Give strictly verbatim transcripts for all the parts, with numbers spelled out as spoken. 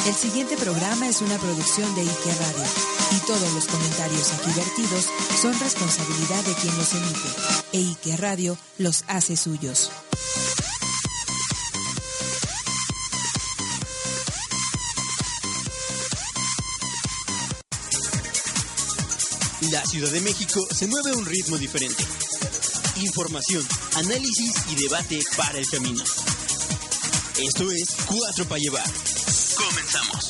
El siguiente programa es una producción de Ike Radio y todos los comentarios aquí vertidos son responsabilidad de quien los emite. E Ike Radio los hace suyos. La Ciudad de México se mueve a un ritmo diferente. Información, análisis y debate para el camino. Esto es Cuatro para Llevar. Comenzamos.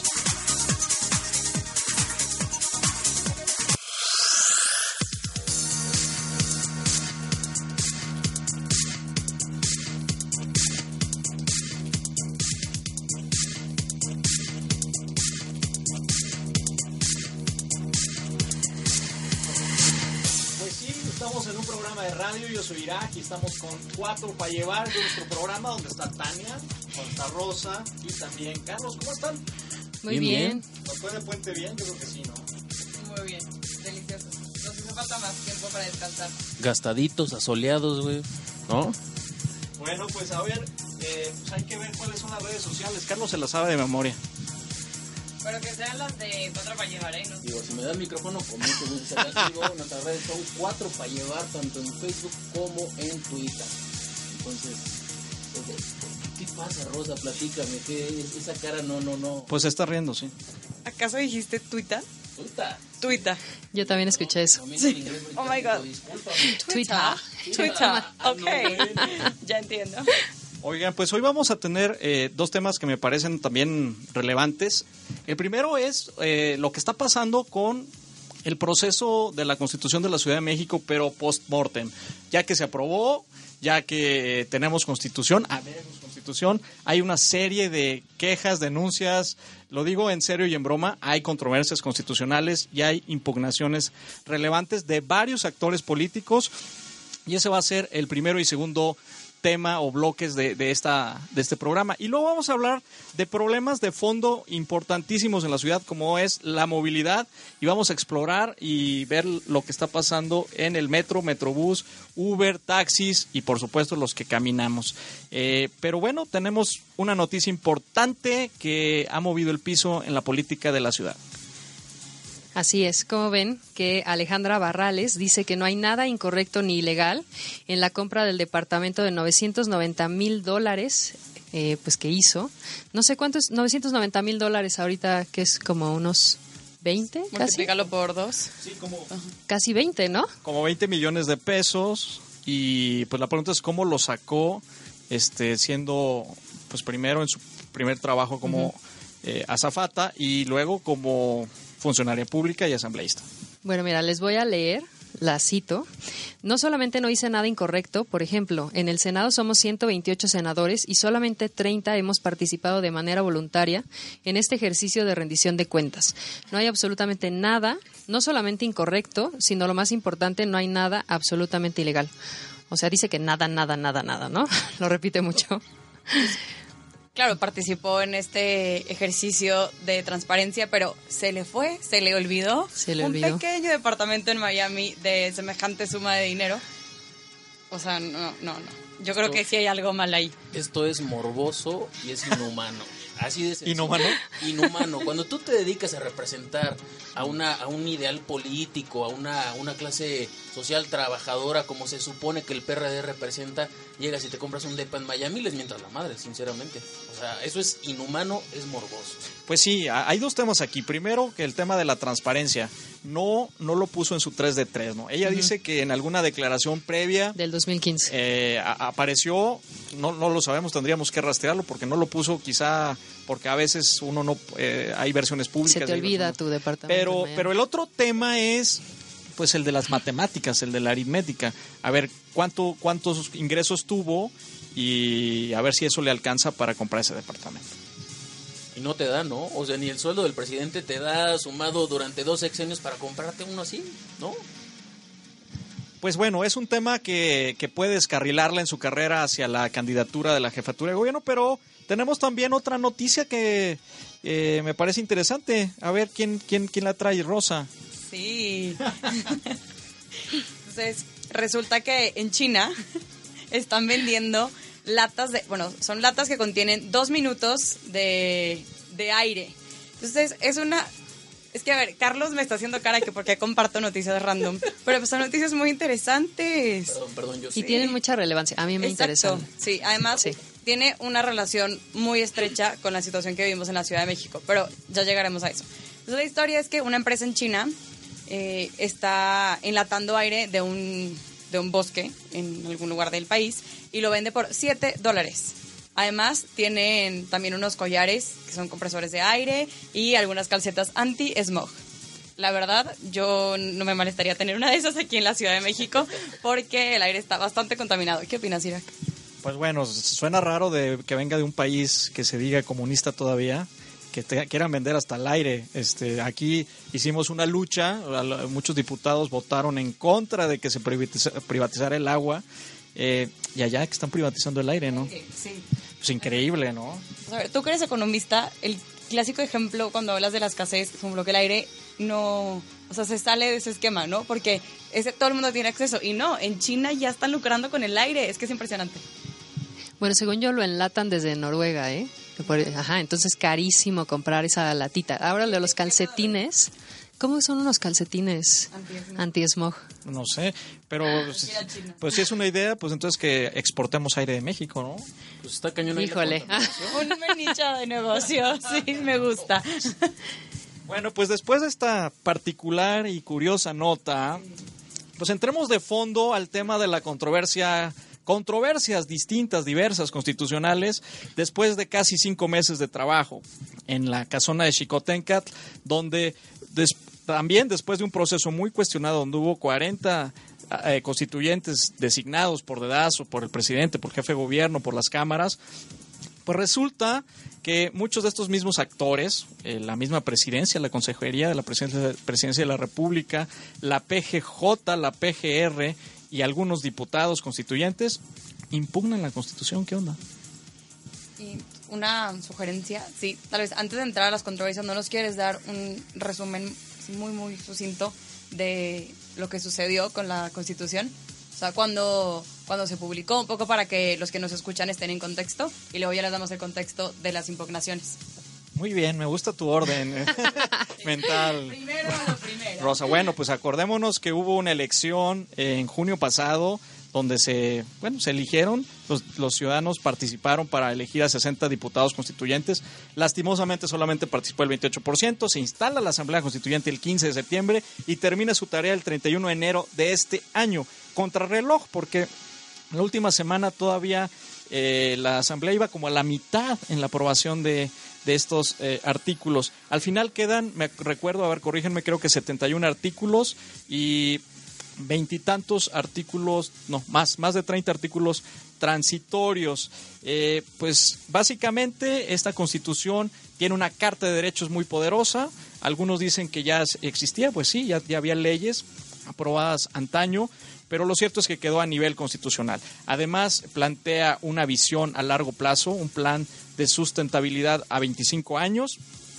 Yo soy Irak y estamos con Cuatro para Llevar de nuestro programa, donde está Tania, donde está Rosa y también Carlos. ¿Cómo están? Muy bien. bien. ¿Nos fue de puente bien? Yo creo que sí, ¿no? Muy bien, delicioso. Nos hizo falta más tiempo para descansar. Gastaditos, asoleados, güey, ¿no? Bueno, pues a ver, eh, pues hay que ver cuáles son las redes sociales. Carlos se las sabe de memoria. Pero que sean las de Cuatro para Llevar, ¿eh? No. Digo, si me da el micrófono, con mucho gusto. Nuestras redes son Cuatro para Llevar, tanto en Facebook como en Twitter. Entonces, ¿qué pasa, Rosa? Platícame, ¿qué es esa cara? No, no, no. Pues se está riendo, sí. ¿Acaso dijiste Twitter? Twitter. Twitter. Yo también escuché eso. Sí. Oh my God. Twitter. Twitter. Ok. Ya entiendo. Oigan, pues hoy vamos a tener eh, dos temas que me parecen también relevantes. El primero es eh, lo que está pasando con el proceso de la Constitución de la Ciudad de México, pero post-mortem. Ya que se aprobó, ya que tenemos Constitución, habemos Constitución, hay una serie de quejas, denuncias, lo digo en serio y en broma, hay controversias constitucionales y hay impugnaciones relevantes de varios actores políticos, y ese va a ser el primero y segundo tema o bloques de, de, esta, de este programa. Y luego vamos a hablar de problemas de fondo importantísimos en la ciudad, como es la movilidad, y vamos a explorar y ver lo que está pasando en el metro, metrobús, Uber, taxis y por supuesto los que caminamos. Eh, pero bueno, tenemos una noticia importante que ha movido el piso en la política de la ciudad. Así es, como ven que Alejandra Barrales dice que no hay nada incorrecto ni ilegal en la compra del departamento de novecientos noventa mil dólares eh, pues que hizo. No sé cuánto es, novecientos noventa mil dólares ahorita, que es como unos veinte, casi. Multiplícalo por dos. Sí, como, uh-huh. Casi veinte, ¿no? Como veinte millones de pesos, y pues la pregunta es cómo lo sacó, este, siendo pues primero en su primer trabajo como uh-huh. eh, azafata y luego como funcionaria pública y asambleísta. Bueno, mira, les voy a leer, la cito. No solamente no hice nada incorrecto, por ejemplo, en el Senado somos ciento veintiocho senadores y solamente treinta hemos participado de manera voluntaria en este ejercicio de rendición de cuentas. No hay absolutamente nada, no solamente incorrecto, sino lo más importante, no hay nada absolutamente ilegal. O sea, dice que nada, nada, nada, nada, ¿no? Lo repite mucho. Claro, participó en este ejercicio de transparencia, pero se le fue, se le olvidó, se le un olvidó. pequeño departamento en Miami de semejante suma de dinero. O sea, no, no, no. Yo Esto, creo que sí hay algo mal ahí. Esto es morboso y es inhumano. Así de sencillo. ¿Inhumano? Inhumano. Cuando tú te dedicas a representar a una a un ideal político, a una, a una clase social trabajadora, como se supone que el P R D representa, llegas y te compras un depa en Miami, les mientras la madre, sinceramente. O sea, eso es inhumano, es morboso. Pues sí, hay dos temas aquí. Primero, que el tema de la transparencia. No, no lo puso en su tres de tres, ¿no? Ella uh-huh. dice que en alguna declaración previa del dos mil quince eh, a, apareció, no, no lo sabemos, tendríamos que rastrearlo porque no lo puso, quizá porque a veces uno no, eh, hay versiones públicas. Se te olvida tu departamento. Pero, pero el otro tema es pues el de las matemáticas, el de la aritmética. A ver cuánto, cuántos ingresos tuvo y a ver si eso le alcanza para comprar ese departamento. Y no te da, ¿no? O sea, ni el sueldo del presidente te da sumado durante dos sexenios para comprarte uno así, ¿no? Pues bueno, es un tema que, que puede descarrilarla en su carrera hacia la candidatura de la jefatura de gobierno, pero tenemos también otra noticia que eh, me parece interesante. A ver, ¿quién, quién, quién la trae? Rosa. Sí. Entonces, resulta que en China están vendiendo latas de, bueno, son latas que contienen dos minutos de, de aire. Entonces, es una... Es que, a ver, Carlos me está haciendo cara que porque comparto noticias random, pero pues son noticias muy interesantes. Perdón, perdón, yo Y sí. tienen mucha relevancia. A mí me Exacto. interesan. Sí, además Sí. tiene una relación muy estrecha con la situación que vivimos en la Ciudad de México, pero ya llegaremos a eso. Entonces, la historia es que una empresa en China eh, está enlatando aire de un, de un bosque en algún lugar del país y lo vende por siete dólares. Además, tienen también unos collares que son compresores de aire y algunas calcetas anti-smog. La verdad, yo no me molestaría tener una de esas aquí en la Ciudad de México porque el aire está bastante contaminado. ¿Qué opinas, Irak? Pues bueno, suena raro de que venga de un país que se diga comunista todavía, que te, quieran vender hasta el aire. Este, aquí hicimos una lucha, muchos diputados votaron en contra de que se privatiza, privatizara el agua, eh, y allá que están privatizando el aire, ¿no? Sí. Pues increíble, ¿no? A ver, tú que eres economista, el clásico ejemplo cuando hablas de la escasez, como que el aire no, o sea, se sale de ese esquema, ¿no? Porque ese, todo el mundo tiene acceso y no, en China ya están lucrando con el aire, es que es impresionante. Bueno, según yo lo enlatan desde Noruega, ¿eh? Por- Ajá, entonces carísimo comprar esa latita. Ahora lo de los calcetines. ¿Cómo son unos calcetines Anti-smog. anti-smog? No sé, pero pues, ir a China. pues si es una idea, pues entonces que exportemos aire de México, ¿no? Pues está cañón ahí la Híjole. contaminación. Un nicho de negocio, sí, me gusta. Bueno, pues después de esta particular y curiosa nota, pues entremos de fondo al tema de la controversia, controversias distintas, diversas, constitucionales, después de casi cinco meses de trabajo en la casona de Xicoténcatl, donde des- también después de un proceso muy cuestionado, donde hubo cuarenta eh, constituyentes designados por dedazo, por el presidente, por jefe de gobierno, por las cámaras, pues resulta que muchos de estos mismos actores, eh, la misma presidencia, la consejería de la presidencia, presidencia de la República, la P G J, la P G R y algunos diputados constituyentes, impugnan la Constitución. ¿Qué onda? Y una sugerencia, sí, tal vez antes de entrar a las controversias, ¿no nos quieres dar un resumen muy, muy sucinto de lo que sucedió con la Constitución? O sea, cuando, cuando se publicó, un poco para que los que nos escuchan estén en contexto y luego ya les damos el contexto de las impugnaciones. Muy bien, me gusta tu orden eh, mental. Primero lo primero. Rosa, bueno, pues acordémonos que hubo una elección eh, en junio pasado donde se, bueno, se eligieron, los, los ciudadanos participaron para elegir a sesenta diputados constituyentes. Lastimosamente solamente participó el veintiocho por ciento, se instala la Asamblea Constituyente el quince de septiembre y termina su tarea el treinta y uno de enero de este año. Contrarreloj, porque la última semana todavía eh, la Asamblea iba como a la mitad en la aprobación de, de estos eh, artículos. Al final quedan, me recuerdo, a ver, corrígenme, creo que setenta y uno artículos y veintitantos artículos, no, más, más de treinta artículos transitorios. Eh, pues básicamente esta Constitución tiene una Carta de Derechos muy poderosa. Algunos dicen que ya existía, pues sí, ya, ya había leyes aprobadas antaño, pero lo cierto es que quedó a nivel constitucional. Además, plantea una visión a largo plazo, un plan de sustentabilidad a veinticinco años.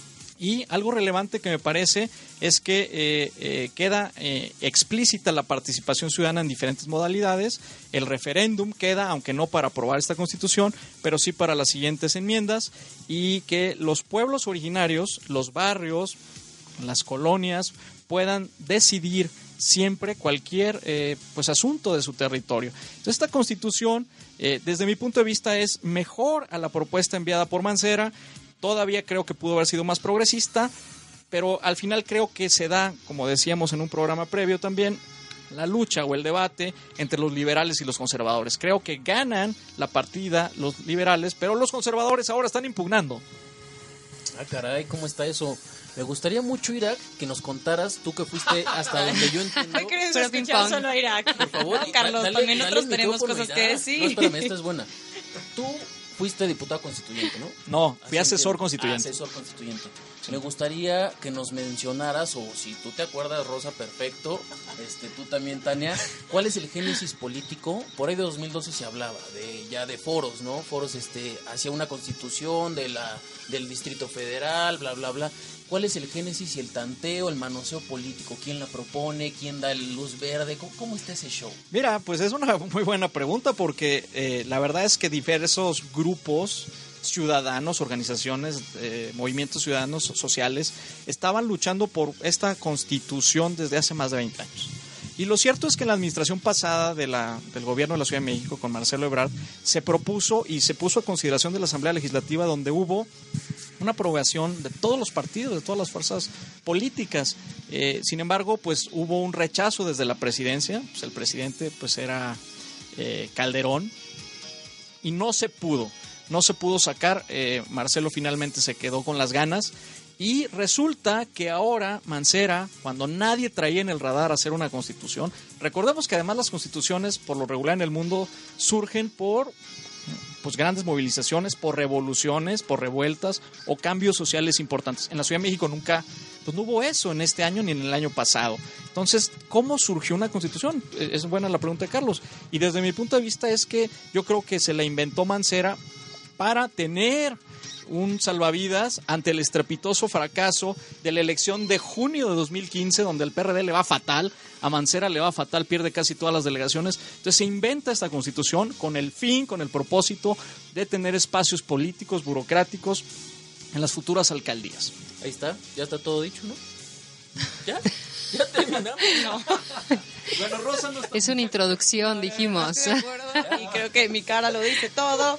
Y algo relevante que me parece es que eh, eh, queda eh, explícita la participación ciudadana en diferentes modalidades. El referéndum queda, aunque no para aprobar esta Constitución, pero sí para las siguientes enmiendas, y que los pueblos originarios, los barrios, las colonias, puedan decidir siempre cualquier eh, pues asunto de su territorio. Entonces esta Constitución, eh, desde mi punto de vista, es mejor a la propuesta enviada por Mancera. Todavía creo que pudo haber sido más progresista, pero al final creo que se da, como decíamos en un programa previo también, la lucha o el debate entre los liberales y los conservadores. Creo que ganan la partida los liberales, pero los conservadores ahora están impugnando. Ah, caray, ¿cómo está eso? Me gustaría mucho, Irak, que nos contaras, tú que fuiste hasta donde yo entiendo. No queremos Pero escuchar ping-pong. solo a Irak. Por favor, No, Carlos, dale- también dale nosotros el tenemos micrófono, cosas Irak. que decir. No, espérame, esta es buena. Tú fuiste diputado constituyente, ¿no? No, fui Así asesor entiendo. constituyente. Asesor constituyente. Me gustaría que nos mencionaras, o si tú te acuerdas, Rosa, perfecto, este, tú también, Tania, ¿cuál es el génesis político? Por ahí de dos mil doce se hablaba de ya de foros, ¿no? Foros este, hacia una constitución de la, del Distrito Federal, bla, bla, bla. ¿Cuál es el génesis y el tanteo, el manoseo político? ¿Quién la propone? ¿Quién da el luz verde? ¿Cómo, cómo está ese show? Mira, pues es una muy buena pregunta porque eh, la verdad es que diversos grupos ciudadanos, organizaciones, eh, movimientos ciudadanos sociales, estaban luchando por esta constitución desde hace más de veinte años. Y lo cierto es que en la administración pasada de la, del gobierno de la Ciudad de México, con Marcelo Ebrard, se propuso y se puso a consideración de la Asamblea Legislativa, donde hubo una aprobación de todos los partidos, de todas las fuerzas políticas. Eh, sin embargo, pues hubo un rechazo desde la presidencia. Pues el presidente pues era eh, Calderón y no se pudo, no se pudo sacar. Eh, Marcelo finalmente se quedó con las ganas. Y resulta que ahora Mancera, cuando nadie traía en el radar hacer una constitución, recordemos que además las constituciones por lo regular en el mundo surgen por pues grandes movilizaciones, por revoluciones, por revueltas o cambios sociales importantes. En la Ciudad de México nunca, pues no hubo eso en este año ni en el año pasado. Entonces, ¿cómo surgió una constitución? Es buena la pregunta de Carlos. Y desde mi punto de vista es que yo creo que se la inventó Mancera para tener un salvavidas ante el estrepitoso fracaso de la elección de junio de dos mil quince, donde el P R D le va fatal, a Mancera le va fatal, pierde casi todas las delegaciones. Entonces se inventa esta constitución con el fin, con el propósito de tener espacios políticos, burocráticos en las futuras alcaldías. Ahí está, ya está todo dicho, ¿no? ¿Ya? ¿Ya terminamos? No. Bueno, Rosa no está... Es una introducción, dijimos. No estoy de acuerdo y creo que mi cara lo dice todo.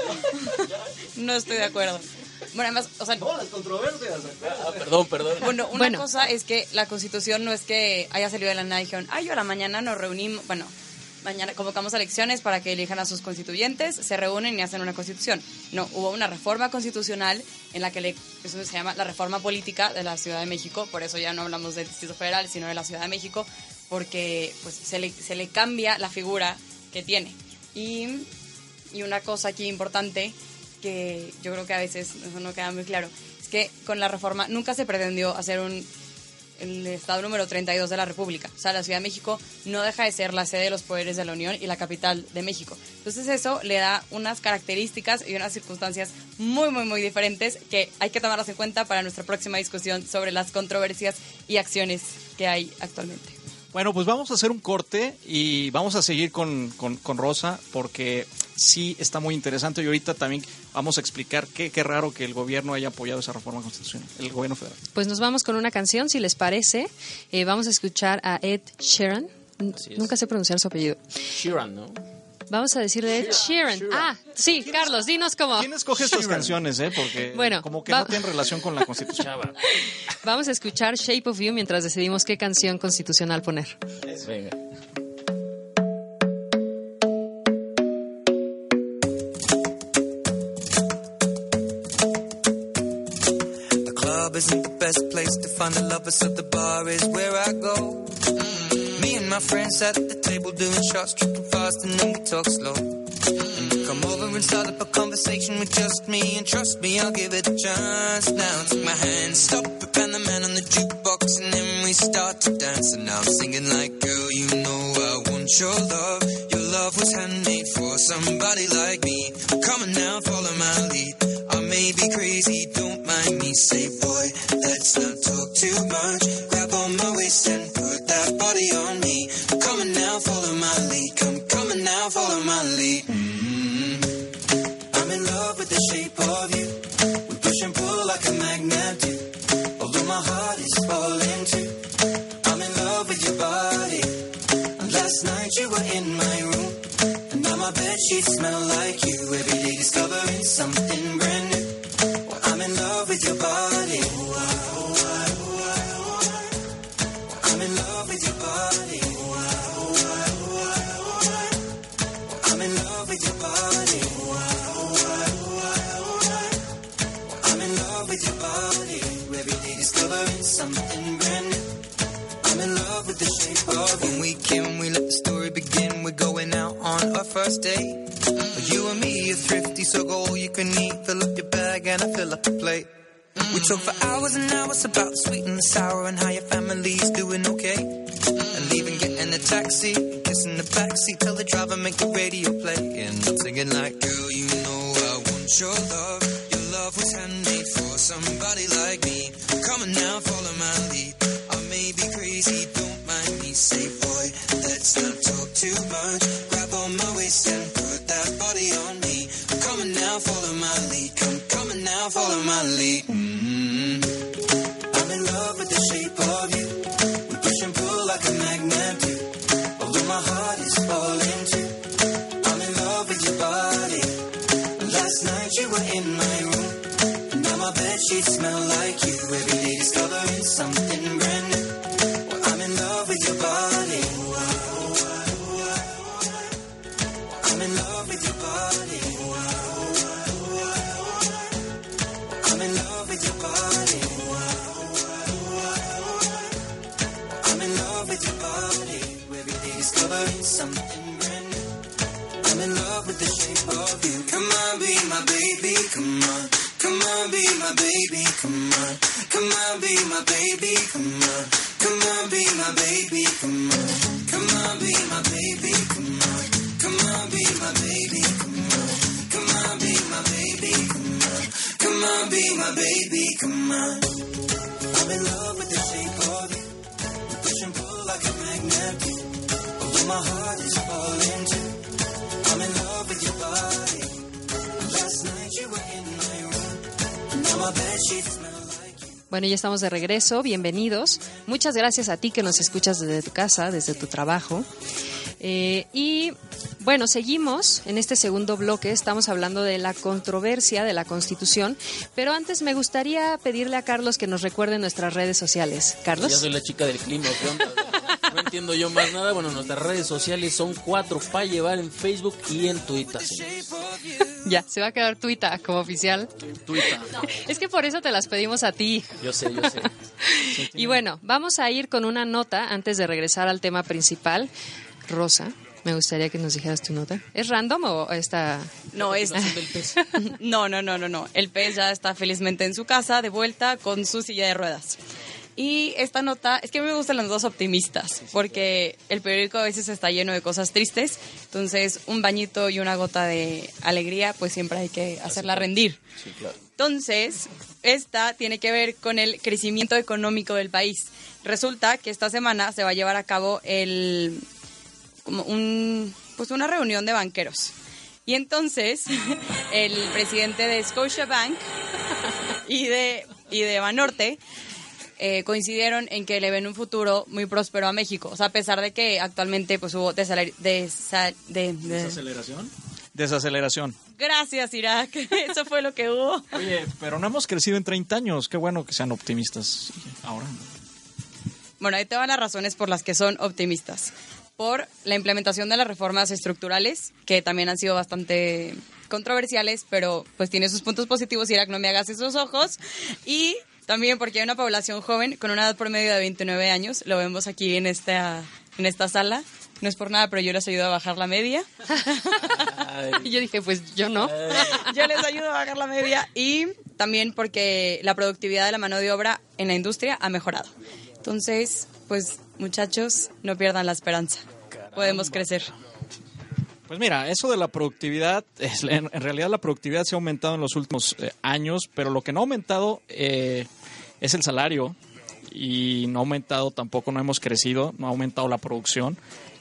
No estoy de acuerdo. Bueno, además, o sea, No, las controversias. Ah, perdón, perdón. bueno, una Bueno. cosa es que la Constitución no es que haya salido de la nada y dijeron, ay, yo a la mañana nos reunimos, bueno, mañana convocamos elecciones para que elijan a sus constituyentes, se reúnen y hacen una Constitución. No, hubo una reforma constitucional en la que le, eso se llama la reforma política de la Ciudad de México, por eso ya no hablamos del Distrito Federal, sino de la Ciudad de México, porque pues se le, se le cambia la figura que tiene. Y, y una cosa aquí importante, que yo creo que a veces eso no queda muy claro, es que con la reforma nunca se pretendió hacer un el estado número treinta y dos de la República. O sea, la Ciudad de México no deja de ser la sede de los poderes de la Unión y la capital de México. Entonces eso le da unas características y unas circunstancias muy, muy, muy diferentes que hay que tomarlas en cuenta para nuestra próxima discusión sobre las controversias y acciones que hay actualmente. Bueno, pues vamos a hacer un corte y vamos a seguir con, con, con Rosa porque sí está muy interesante y ahorita también vamos a explicar qué, qué raro que el gobierno haya apoyado esa reforma constitucional, el gobierno federal. Pues nos vamos con una canción, si les parece. Eh, vamos a escuchar a Ed Sheeran. Así es. Nunca sé pronunciar su apellido. Sheeran, ¿no? Vamos a decirle Ed Sheeran. Ah, sí, Carlos, dinos cómo. ¿Quién escoge estas canciones, eh? Porque Bueno, como que va- no tienen relación con la constitución. Chava. Vamos a escuchar Shape of You mientras decidimos qué canción constitucional poner. Venga. The club isn't the best place to find the lovers, so the bar is where I go. Mm. Me and my friends at the table doing shots, tripping fast, and then we talk slow. And you come over and start up a conversation with just me, and trust me, I'll give it a chance. Now take my hand, stop it, and the man on the jukebox, and then we start to dance. And now I'm singing like, girl, you know I want your love. Your love was handmade for somebody like me. Come on now, follow my lead. I may be crazy, don't mind me. Say, boy, let's not talk too much. Grab on my waist and put that body on me. Come on now, follow my lead. Come, come on now, follow my lead. Mm-hmm. I'm in love with the shape of you. We push and pull like a magnet do. Although my heart is falling too. I'm in love with your body. And last night you were in my room. And now my bedsheets smell like you. Every day discovering something brand new. Well, I'm in love with your body. I'm in love with your body. I'm in love with your body. I'm in love with your body. Every day discovering something brand new. I'm in love with the shape of you. When we can, we let the story begin. We're going out on our first date. But you and me are thrifty, so go all you can eat. Fill up your bag and I fill up the plate. We talk for hours and hours about the sweet and the sour and how your family's doing okay. And leaving, getting a taxi, kissing the backseat, tell the driver make the radio play. And I'm singing like, girl, you know I want your love. Your love was handmade for somebody like me. Come on now, follow my lead. I may be crazy, don't mind me. Say, boy, let's not talk too much. Grab on my waist and put that body on me. Come on now, follow my lead. Come, come now follow my lead. Mm-hmm. I'm in love with the shape of you. We push and pull like a magnet do. Although my heart is falling too. I'm in love with your body. Last night you were in my room. And now my bedsheets smell like you. Every day discovering something brand new. Well, I'm in love with your body. I'm in love with your body. I'm in love with your body. I'm in love with your body. Every day discovering something brand new. I'm in love with the shape of you. Come on, be my baby, come on. Come on, be my baby, come on. Come on, be my baby, come on. Come on, be my baby, come on. Come on, be my baby, come on. Come on, be my baby, come on. Come on, be my baby, come on. Come on, be my baby, come on. I'm in love with the shape of you. We push and pull like a magnet do. Although my heart is falling too. I'm in love with your body. Last night you were in my room. Now my bedsheets smell like you. Bueno, ya estamos de regreso, bienvenidos. Muchas gracias a ti que nos escuchas desde tu casa, desde tu trabajo. Eh, y bueno, seguimos en este segundo bloque, estamos hablando de la controversia de la Constitución, pero antes me gustaría pedirle a Carlos que nos recuerde nuestras redes sociales. Carlos. Ya soy la chica del clima, ¿qué onda? No entiendo yo más nada. Bueno, nuestras redes sociales son cuatro pa' llevar en Facebook y en Twitter. Ya, se va a quedar Twitter como oficial. Twitter. Es que por eso te las pedimos a ti. Yo sé, yo sé. Y bueno, vamos a ir con una nota antes de regresar al tema principal. Rosa, me gustaría que nos dijeras tu nota. ¿Es random o esta...? No, es... No, no, no, no, no. El pez ya está felizmente en su casa, de vuelta, con su silla de ruedas. Y esta nota, es que a mí me gustan las dos optimistas, porque el periódico a veces está lleno de cosas tristes, entonces un bañito y una gota de alegría, pues siempre hay que hacerla rendir. Sí, claro. Entonces, esta tiene que ver con el crecimiento económico del país. Resulta que esta semana se va a llevar a cabo el... como un, pues una reunión de banqueros. Y entonces, el presidente de Scotiabank y de, y de Banorte eh, coincidieron en que le ven un futuro muy próspero a México. O sea, a pesar de que actualmente pues hubo desaler, desa, de, de, ¿Desaceleración? Desaceleración. Gracias, Irak. Eso fue lo que hubo. Oye, pero no hemos crecido en treinta años. Qué bueno que sean optimistas ahora. Bueno, ahí te van las razones por las que son optimistas. Por la implementación de las reformas estructurales, que también han sido bastante controversiales, pero pues tiene sus puntos positivos, Irak, no me hagas esos ojos. Y también porque hay una población joven con una edad promedio de veintinueve años, lo vemos aquí en esta, en esta sala. No es por nada, pero yo les ayudo a bajar la media. Y yo dije, pues yo no. Yo les ayudo a bajar la media. Y también porque la productividad de la mano de obra en la industria ha mejorado. Entonces, pues muchachos, no pierdan la esperanza. Caramba. Podemos crecer. Pues mira, eso de la productividad, es, en, en realidad la productividad se ha aumentado en los últimos eh, años, pero lo que no ha aumentado eh, es el salario y no ha aumentado tampoco, no hemos crecido, no ha aumentado la producción.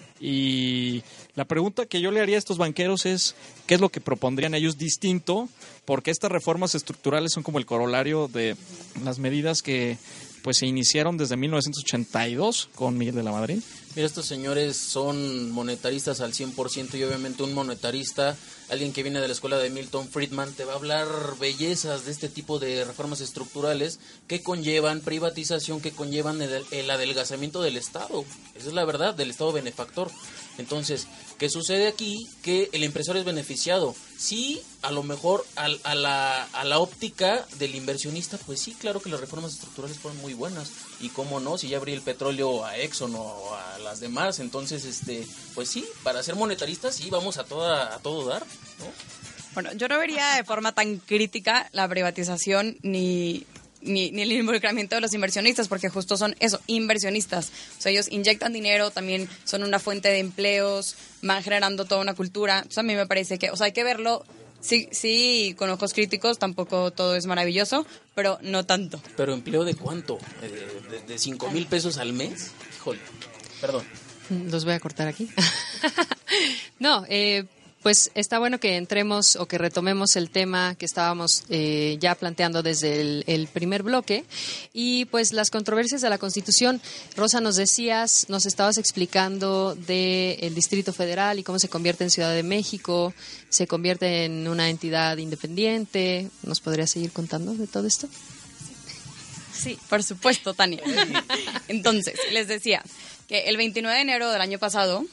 Y la pregunta que yo le haría a estos banqueros es ¿qué es lo que propondrían ellos distinto? Porque estas reformas estructurales son como el corolario de las medidas que pues se iniciaron desde mil novecientos ochenta y dos con Miguel de la Madrid. Mira, estos señores son monetaristas al cien por ciento y obviamente un monetarista, alguien que viene de la escuela de Milton Friedman, te va a hablar bellezas de este tipo de reformas estructurales que conllevan privatización, que conllevan el, el adelgazamiento del Estado. Esa es la verdad, del Estado benefactor. Entonces, ¿qué sucede aquí? Que el empresario es beneficiado. Sí, a lo mejor a, a, la, a la óptica del inversionista, pues sí, claro que las reformas estructurales fueron muy buenas. Y cómo no, si ya abrí el petróleo a Exxon o a las demás, entonces, este, pues sí, para ser monetaristas sí, vamos a, toda, a todo dar, ¿no? Bueno, yo no vería de forma tan crítica la privatización ni... Ni, ni el involucramiento de los inversionistas, porque justo son eso, inversionistas. O sea, ellos inyectan dinero, también son una fuente de empleos, van generando toda una cultura. Entonces, a mí me parece que, o sea, hay que verlo, sí, sí, con ojos críticos, tampoco todo es maravilloso, pero no tanto. ¿Pero empleo de cuánto? ¿De, de, de cinco mil pesos al mes? Híjole, perdón. Los voy a cortar aquí. No, eh... Pues está bueno que entremos o que retomemos el tema que estábamos eh, ya planteando desde el, el primer bloque y pues las controversias de la Constitución. Rosa, nos decías, nos estabas explicando del Distrito Federal y cómo se convierte en Ciudad de México, se convierte en una entidad independiente. ¿Nos podrías seguir contando de todo esto? Sí, por supuesto, Tania. Entonces, les decía que el veintinueve de enero del año pasado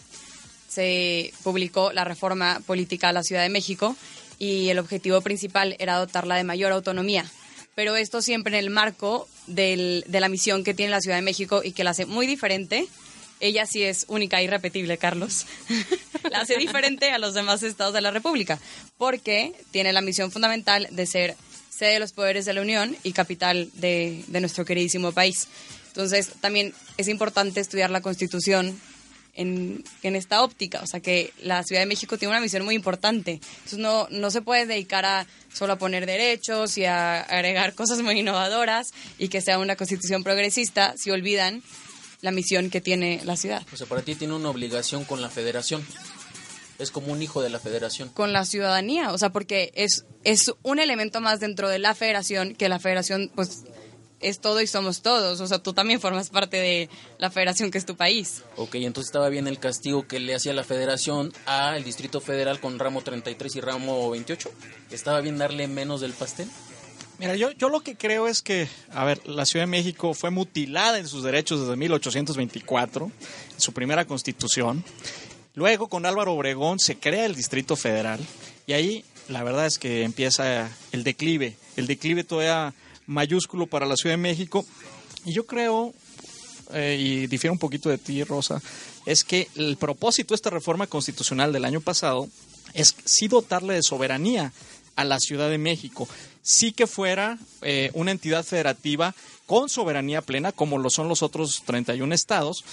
se publicó la reforma política a la Ciudad de México y el objetivo principal era dotarla de mayor autonomía. Pero esto siempre en el marco del, de la misión que tiene la Ciudad de México y que la hace muy diferente. Ella sí es única e irrepetible, Carlos. La hace diferente a los demás estados de la República porque tiene la misión fundamental de ser sede de los poderes de la Unión y capital de, de nuestro queridísimo país. Entonces, también es importante estudiar la Constitución En, en esta óptica, o sea que la Ciudad de México tiene una misión muy importante, entonces no, no se puede dedicar a solo a poner derechos y a agregar cosas muy innovadoras y que sea una constitución progresista si olvidan la misión que tiene la ciudad. O sea, para ti tiene una obligación con la federación, es como un hijo de la federación. Con la ciudadanía, o sea, porque es, es un elemento más dentro de la federación, que la federación pues es todo y somos todos, o sea, tú también formas parte de la federación que es tu país. Ok, entonces estaba bien el castigo que le hacía la federación al Distrito Federal con ramo treinta y tres y ramo veintiocho. ¿Estaba bien darle menos del pastel? Mira, yo, yo lo que creo es que, a ver, la Ciudad de México fue mutilada en sus derechos desde mil ochocientos veinticuatro, en su primera constitución. Luego, con Álvaro Obregón, se crea el Distrito Federal y ahí la verdad es que empieza el declive, el declive todavía mayúsculo para la Ciudad de México. Y yo creo, eh, y difiero un poquito de ti, Rosa, es que el propósito de esta reforma constitucional del año pasado es sí dotarle de soberanía a la Ciudad de México, sí que fuera eh, una entidad federativa con soberanía plena, como lo son los otros treinta y un estados,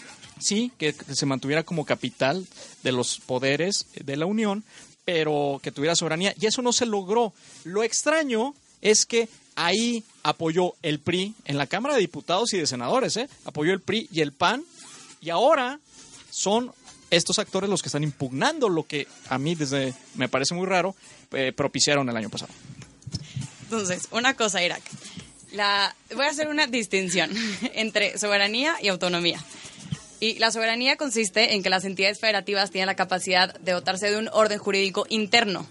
sí, que, que se mantuviera como capital de los poderes de la Unión, pero que tuviera soberanía, y eso no se logró. Lo extraño es que ahí apoyó el P R I en la Cámara de Diputados y de Senadores, ¿eh? Apoyó el P R I y el P A N, y ahora son estos actores los que están impugnando lo que a mí desde me parece muy raro, eh, propiciaron el año pasado. Entonces, una cosa, Irak. La, voy a hacer una distinción entre soberanía y autonomía. Y la soberanía consiste en que las entidades federativas tienen la capacidad de dotarse de un orden jurídico interno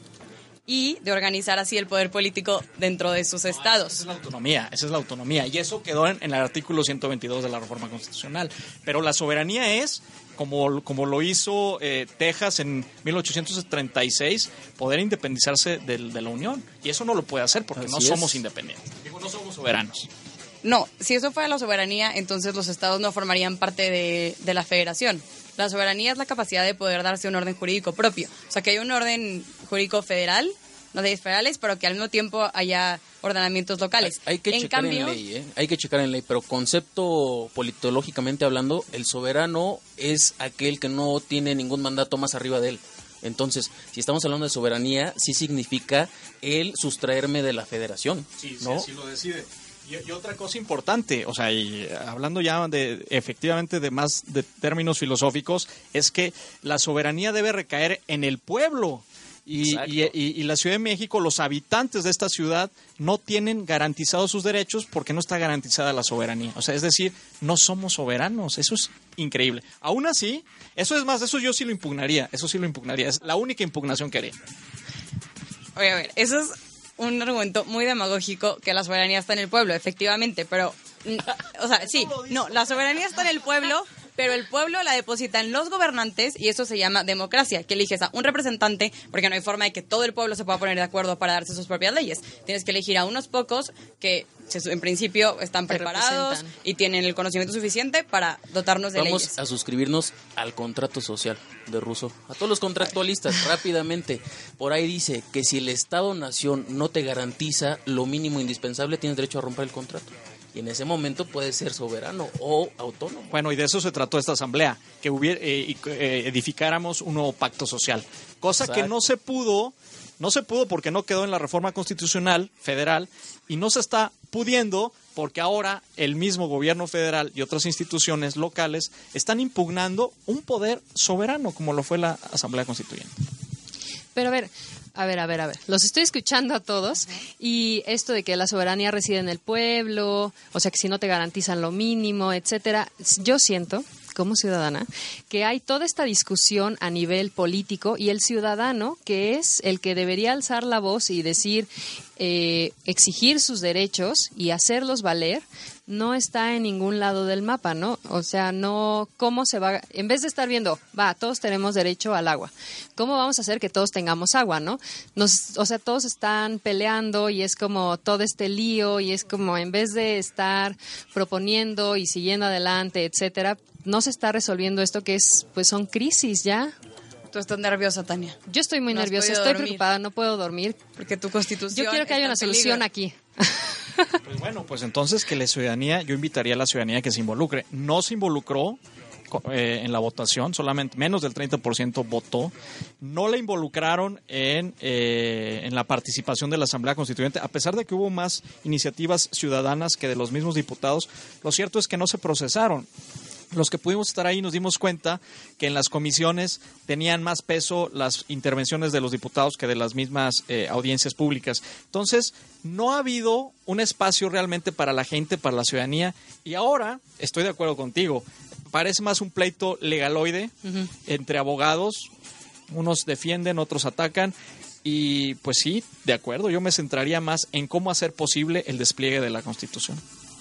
y de organizar así el poder político dentro de sus estados. Esa es la autonomía, esa es la autonomía. Y eso quedó en, en el artículo ciento veintidós de la reforma constitucional. Pero la soberanía es, como, como lo hizo eh, Texas en mil ochocientos treinta y seis, poder independizarse del, de la Unión. Y eso no lo puede hacer porque Así no es. somos independientes. Digo, no somos soberanos. No, si eso fuera la soberanía, entonces los estados no formarían parte de, de la federación. La soberanía es la capacidad de poder darse un orden jurídico propio. O sea, que hay un orden jurídico federal, no leyes federales, pero que al mismo tiempo haya ordenamientos locales. Hay, hay que en checar cambio, en ley, ¿eh? Hay que checar en ley, pero concepto politológicamente hablando, el soberano es aquel que no tiene ningún mandato más arriba de él. Entonces, si estamos hablando de soberanía, sí significa el sustraerme de la federación, Sí, ¿no? sí, así lo decide. Y, y otra cosa importante, o sea, y hablando ya de efectivamente de más de términos filosóficos, es que la soberanía debe recaer en el pueblo. Y, y, y, y la Ciudad de México, los habitantes de esta ciudad no tienen garantizados sus derechos porque no está garantizada la soberanía. O sea, es decir, no somos soberanos. Eso es increíble. Aún así, eso es más, eso yo sí lo impugnaría. Eso sí lo impugnaría. Es la única impugnación que haría. Oye, a ver, eso es un argumento muy demagógico, que la soberanía está en el pueblo, efectivamente, pero, mm, o sea, sí, no, la soberanía está en el pueblo, pero el pueblo la deposita en los gobernantes y eso se llama democracia, que eliges a un representante, porque no hay forma de que todo el pueblo se pueda poner de acuerdo para darse sus propias leyes. Tienes que elegir a unos pocos que en principio están Que preparados representan. y tienen el conocimiento suficiente para dotarnos de Vamos leyes. a suscribirnos al contrato social de Rousseau. A todos los contractualistas, rápidamente. Por ahí dice que si el Estado-Nación no te garantiza lo mínimo indispensable, tienes derecho a romper el contrato. Y en ese momento puedes ser soberano o autónomo. Bueno, y de eso se trató esta asamblea, que hubiera, eh, y, eh, edificáramos un nuevo pacto social. Cosa Exacto. que no se pudo, no se pudo porque no quedó en la reforma constitucional federal y no se está pudiendo porque ahora el mismo gobierno federal y otras instituciones locales están impugnando un poder soberano como lo fue la Asamblea Constituyente. Pero a ver, a ver, a ver, a ver. Los estoy escuchando a todos y esto de que la soberanía reside en el pueblo, o sea que si no te garantizan lo mínimo, etcétera. Yo siento, como ciudadana, que hay toda esta discusión a nivel político y el ciudadano, que es el que debería alzar la voz y decir, eh, exigir sus derechos y hacerlos valer, no está en ningún lado del mapa, ¿no? O sea, no, ¿cómo se va? En vez de estar viendo, va, todos tenemos derecho al agua, ¿cómo vamos a hacer que todos tengamos agua, no? Nos, o sea, todos están peleando y es como todo este lío y es como, en vez de estar proponiendo y siguiendo adelante, etcétera, no se está resolviendo esto que es, pues son crisis ya. Tú estás nerviosa, Tania. Yo estoy muy No has nerviosa, podido estoy dormir. preocupada, no puedo dormir. Porque tu constitución Yo quiero que haya está una en solución peligro. aquí. Pues bueno, pues entonces que la ciudadanía, yo invitaría a la ciudadanía que se involucre. No se involucró eh, en la votación, solamente menos del treinta por ciento votó. No la involucraron en, eh, en la participación de la Asamblea Constituyente, a pesar de que hubo más iniciativas ciudadanas que de los mismos diputados. Lo cierto es que no se procesaron. Los que pudimos estar ahí nos dimos cuenta que en las comisiones tenían más peso las intervenciones de los diputados que de las mismas eh, audiencias públicas. Entonces, no ha habido un espacio realmente para la gente, para la ciudadanía, y ahora, estoy de acuerdo contigo, parece más un pleito legaloide uh-huh. entre abogados, unos defienden, otros atacan, y pues sí, de acuerdo, yo me centraría más en cómo hacer posible el despliegue de la Constitución.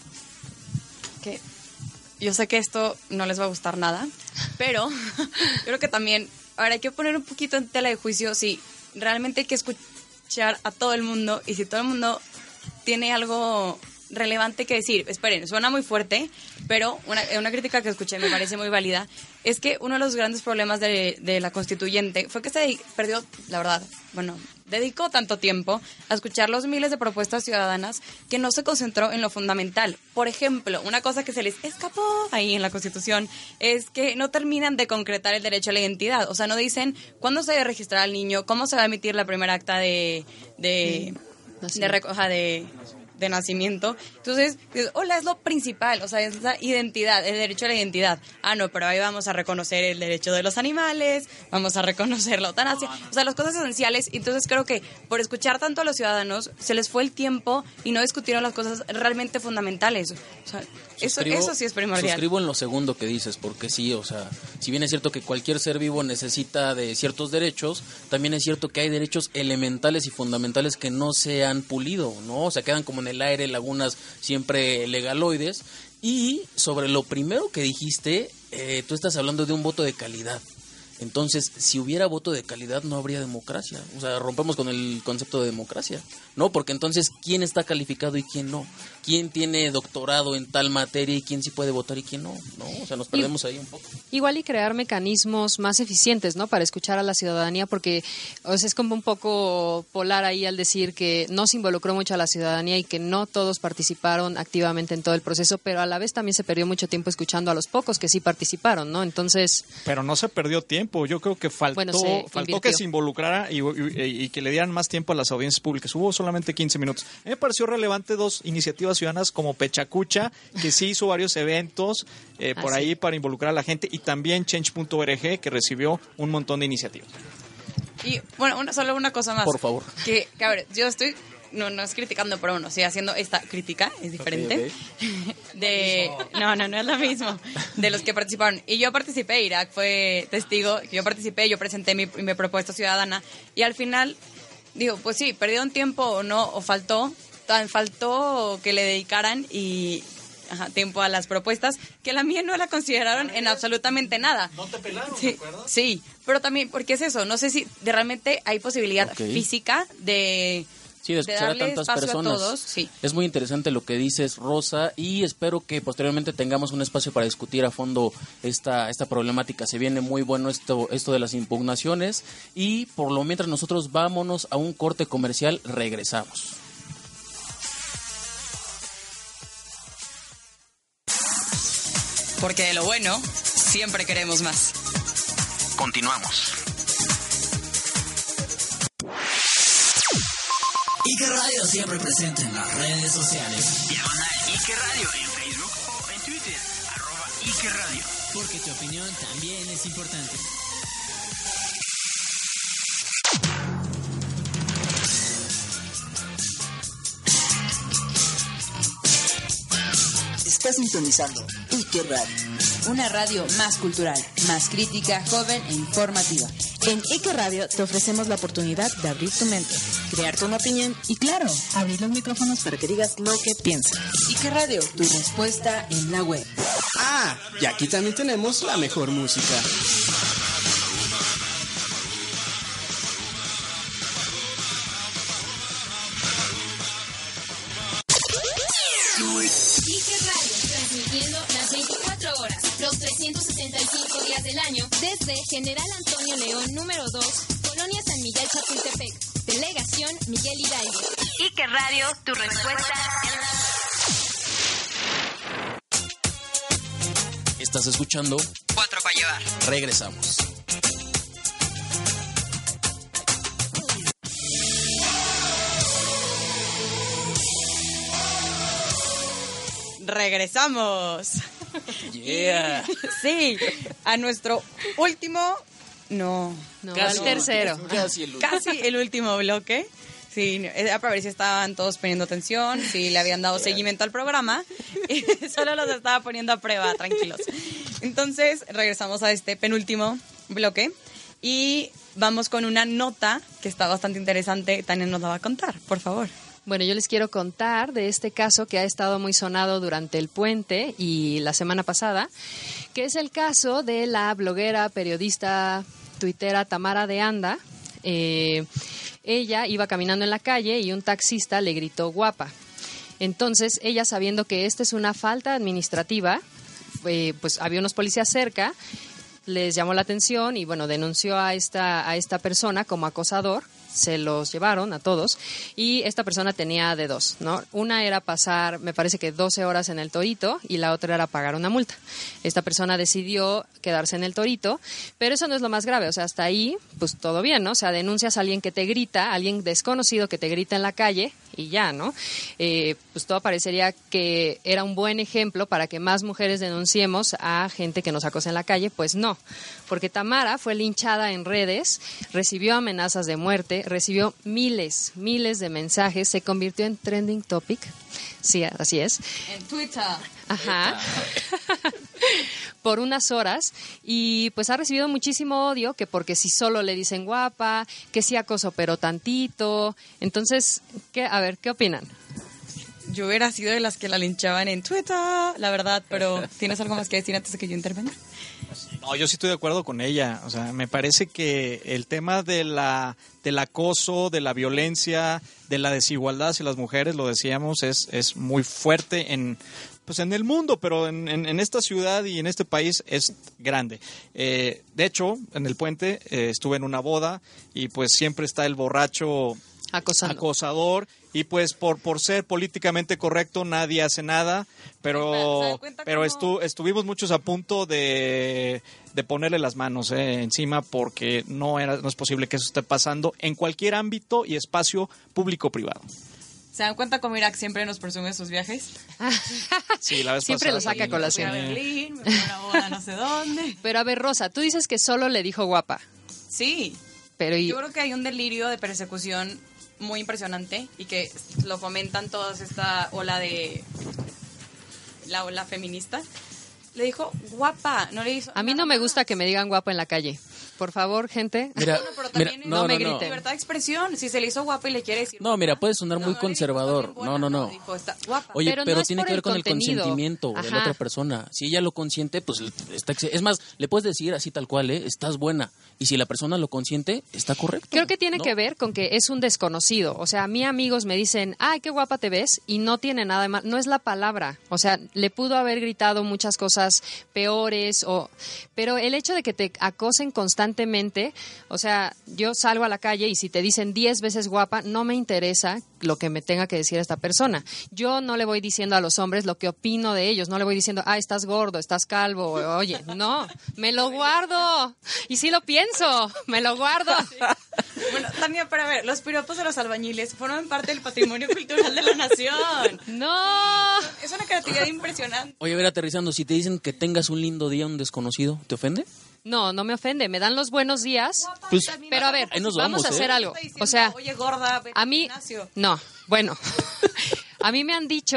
¿Qué? Yo sé que esto no les va a gustar nada, pero yo creo que también, ahora hay que poner un poquito en tela de juicio si realmente hay que escuchar a todo el mundo y si todo el mundo tiene algo relevante que decir. Esperen, suena muy fuerte, pero una, una crítica que escuché me parece muy válida, es que uno de los grandes problemas de, de la constituyente fue que se perdió, la verdad, bueno, dedicó tanto tiempo a escuchar los miles de propuestas ciudadanas que no se concentró en lo fundamental. Por ejemplo, una cosa que se les escapó ahí en la Constitución es que no terminan de concretar el derecho a la identidad. O sea, no dicen cuándo se debe registrar al niño, cómo se va a emitir la primera acta de... de, de, recoja de de nacimiento. Entonces, hola, es lo principal, o sea, es la identidad, el derecho a la identidad. Ah, no, pero ahí vamos a reconocer el derecho de los animales, vamos a reconocer la eutanasia, o sea, las cosas esenciales. Entonces creo que por escuchar tanto a los ciudadanos, se les fue el tiempo y no discutieron las cosas realmente fundamentales. O sea, eso, eso sí es primordial. Suscribo en lo segundo que dices, porque sí, o sea, si bien es cierto que cualquier ser vivo necesita de ciertos derechos, también es cierto que hay derechos elementales y fundamentales que no se han pulido, ¿no? O sea, quedan como en el aire, lagunas siempre legaloides. Y sobre lo primero que dijiste, eh, tú estás hablando de un voto de calidad. Entonces, si hubiera voto de calidad, no habría democracia. O sea, rompemos con el concepto de democracia, ¿no? Porque entonces, ¿quién está calificado y quién no? ¿Quién tiene doctorado en tal materia y quién sí puede votar y quién no? ¿No? O sea, nos perdemos y, ahí un poco. Igual y crear mecanismos más eficientes, ¿no? Para escuchar a la ciudadanía, porque o sea, es como un poco polar ahí al decir que no se involucró mucho a la ciudadanía y que no todos participaron activamente en todo el proceso, pero a la vez también se perdió mucho tiempo escuchando a los pocos que sí participaron, ¿no? Entonces... Pero no se perdió tiempo. Yo creo que faltó, bueno, se faltó que se involucrara y, y, y que le dieran más tiempo a las audiencias públicas. Hubo solamente quince minutos. A mí me pareció relevante dos iniciativas ciudadanas como Pechacucha, que sí hizo varios eventos eh, por ah, ahí sí. para involucrar a la gente, y también Change punto org, que recibió un montón de iniciativas. Y bueno, una, solo una cosa más. Por favor. Que, que a ver, yo estoy... No, no es criticando, pero bueno, sí haciendo esta crítica, es diferente. Okay, okay. De, no, no, no es lo mismo. De los que participaron. Y yo participé, Irak fue testigo, yo participé, yo presenté mi, mi propuesta ciudadana. Y al final, digo, pues sí, perdieron tiempo o no, o faltó, tan faltó que le dedicaran y ajá, tiempo a las propuestas, que la mía no la consideraron en absolutamente nada. ¿No te pelaron, sí, ¿te acuerdas? Sí, pero también, porque es eso, no sé si de realmente hay posibilidad okay. física de... Sí, de escuchar de a tantas personas. A todos, sí. Es muy interesante lo que dices, Rosa, y espero que posteriormente tengamos un espacio para discutir a fondo esta esta problemática. Se viene muy bueno esto esto de las impugnaciones, y por lo mientras nosotros vámonos a un corte comercial, regresamos. Porque de lo bueno siempre queremos más. Continuamos. Ike Radio siempre presente en las redes sociales. Diagonal Ike Radio en Facebook o en Twitter, arroba Ike Radio. Porque tu opinión también es importante. Estás sintonizando Ike Radio, una radio más cultural, más crítica, joven e informativa. En Ike Radio te ofrecemos la oportunidad de abrir tu mente, crearte una opinión y, claro, abrir los micrófonos para que digas lo que piensas. Ike Radio, tu respuesta en la web. Ah, y aquí también tenemos la mejor música. Ike Radio, transmitiendo las veinticuatro horas, los trescientos sesenta y cinco días del año, desde General Antonio León, número dos, Colonia San Miguel Chapultepec, Delegación Miguel Hidalgo. Ike Radio, tu respuesta en la... Estás escuchando Cuatro para llevar. Regresamos. Regresamos. Yeah. Sí, a nuestro último, no, No, Casi al tercero. Casi el último. casi el último bloque. Sí, era para ver si estaban todos poniendo atención, si le habían dado seguimiento al programa. Y solo los estaba poniendo a prueba, tranquilos. Entonces, regresamos a este penúltimo bloque y vamos con una nota que está bastante interesante. Tania nos la va a contar, por favor. Bueno, yo les quiero contar de este caso que ha estado muy sonado durante el puente y la semana pasada, que es el caso de la bloguera, periodista, tuitera Tamara de Anda. Eh, ella iba caminando en la calle y un taxista le gritó guapa. Entonces, ella, sabiendo que esta es una falta administrativa, eh, pues había unos policías cerca, les llamó la atención y bueno, denunció a esta, a esta persona como acosador. Se los llevaron a todos y esta persona tenía de dos, ¿no? Una era pasar, me parece que doce horas en el Torito y la otra era pagar una multa. Esta persona decidió quedarse en el Torito, pero eso no es lo más grave, o sea, hasta ahí, pues todo bien, ¿no? O sea, denuncias a alguien que te grita, a alguien desconocido que te grita en la calle y ya, ¿no? Eh, pues todo parecería que era un buen ejemplo para que más mujeres denunciemos a gente que nos acosa en la calle, pues no, porque Tamara fue linchada en redes, recibió amenazas de muerte, recibió miles, miles de mensajes, se convirtió en trending topic, sí, así es. En Twitter. Ajá. Por unas horas y pues ha recibido muchísimo odio, que porque si solo le dicen guapa, que si acoso pero tantito. Entonces, ¿qué? A ver, ¿qué opinan? Yo hubiera sido de las que la linchaban en Twitter, la verdad, pero ¿tienes algo más que decir antes de que yo intervenga? No, yo sí estoy de acuerdo con ella. O sea, me parece que el tema de la del acoso, de la violencia, de la desigualdad hacia las mujeres, lo decíamos, es, es muy fuerte en pues en el mundo, pero en, en, en esta ciudad y en este país es grande. Eh, de hecho, en el puente eh, estuve en una boda y pues siempre está el borracho Acosando. acosador y pues por por ser políticamente correcto nadie hace nada, pero pero estu, estuvimos muchos a punto de, de ponerle las manos eh, encima porque no era no es posible que eso esté pasando en cualquier ámbito y espacio público privado. ¿Se dan cuenta cómo Irak siempre nos presume sus viajes? Sí, la vez siempre pasada lo saca a colación. Me fui a Berlín, me fui a una boda no sé dónde. Pero a ver, Rosa, tú dices que solo le dijo guapa. Sí. Pero y... Yo creo que hay un delirio de persecución muy impresionante y que lo fomentan todas esta ola de la ola feminista. Le dijo guapa, no le hizo. A mí no me gusta que me digan guapa en la calle. Por favor, gente. Mira, bueno, pero también mira, no, no me no, griten. libertad de expresión. Si se le hizo guapa y le quiere decir. No, mira, puede sonar muy no, conservador. dijo, buena, no, no, no. Dijo, está guapa. Oye, Pero pero, no es tiene por que ver el con contenido. el consentimiento de Ajá. la otra persona. Si ella lo consiente, pues está ex- es más, le puedes decir así tal cual, ¿eh? Estás buena. Y si la persona lo consiente, está correcto. Creo que tiene ¿no? que ver con que es un desconocido. O sea, a mí amigos me dicen, ay, qué guapa te ves, y no tiene nada de mal. No es la palabra. O sea, le pudo haber gritado muchas cosas peores, o pero el hecho de que te acosen constantemente, o sea, yo salgo a la calle y si te dicen diez veces guapa, no me interesa lo que me tenga que decir esta persona. Yo no le voy diciendo a los hombres lo que opino de ellos. No le voy diciendo, ah, estás gordo, estás calvo. Oye, no, me lo guardo. Y sí lo pienso, me lo guardo. Sí. Bueno, Tania, pero a ver, los piropos de los albañiles forman parte del patrimonio cultural de la nación. No. Es una creatividad impresionante. Oye, a ver, aterrizando, si te dicen que tengas un lindo día un desconocido, ¿te ofende? No, no me ofende, me dan los buenos días. Pues, pero a ver, ahí nos vamos vamos, a ¿eh? hacer algo. Diciendo, O sea, oye, gorda, vete a al mí, gimnasio. no, bueno, a mí me han dicho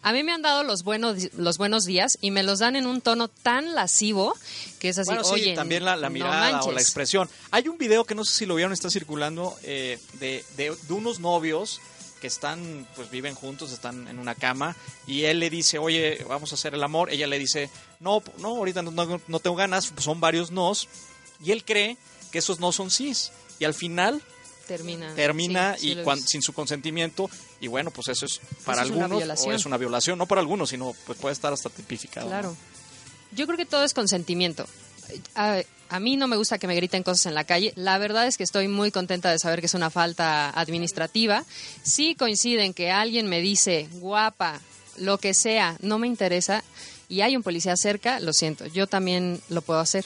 A mí me han dado los buenos los buenos días y me los dan en un tono tan lascivo que es así, bueno, sí, oye, también la, la no mirada manches. o la expresión. Hay un video que no sé si lo vieron, está circulando, eh, de, de, de unos novios que están, pues viven juntos, están en una cama, y él le dice, oye, vamos a hacer el amor. Ella le dice, no, no, ahorita no, no, no tengo ganas, pues son varios nos, y él cree que esos no son sís, y al final termina, termina sí, y sí cuan, sin su consentimiento, y bueno, pues eso es para eso es algunos, o es una violación, no para algunos, sino pues puede estar hasta tipificado. Claro. ¿no? Yo creo que todo es consentimiento. A, a mí no me gusta que me griten cosas en la calle. La verdad es que estoy muy contenta de saber que es una falta administrativa. Sí coincide en que alguien me dice, guapa, lo que sea, no me interesa, y hay un policía cerca, lo siento, yo también lo puedo hacer.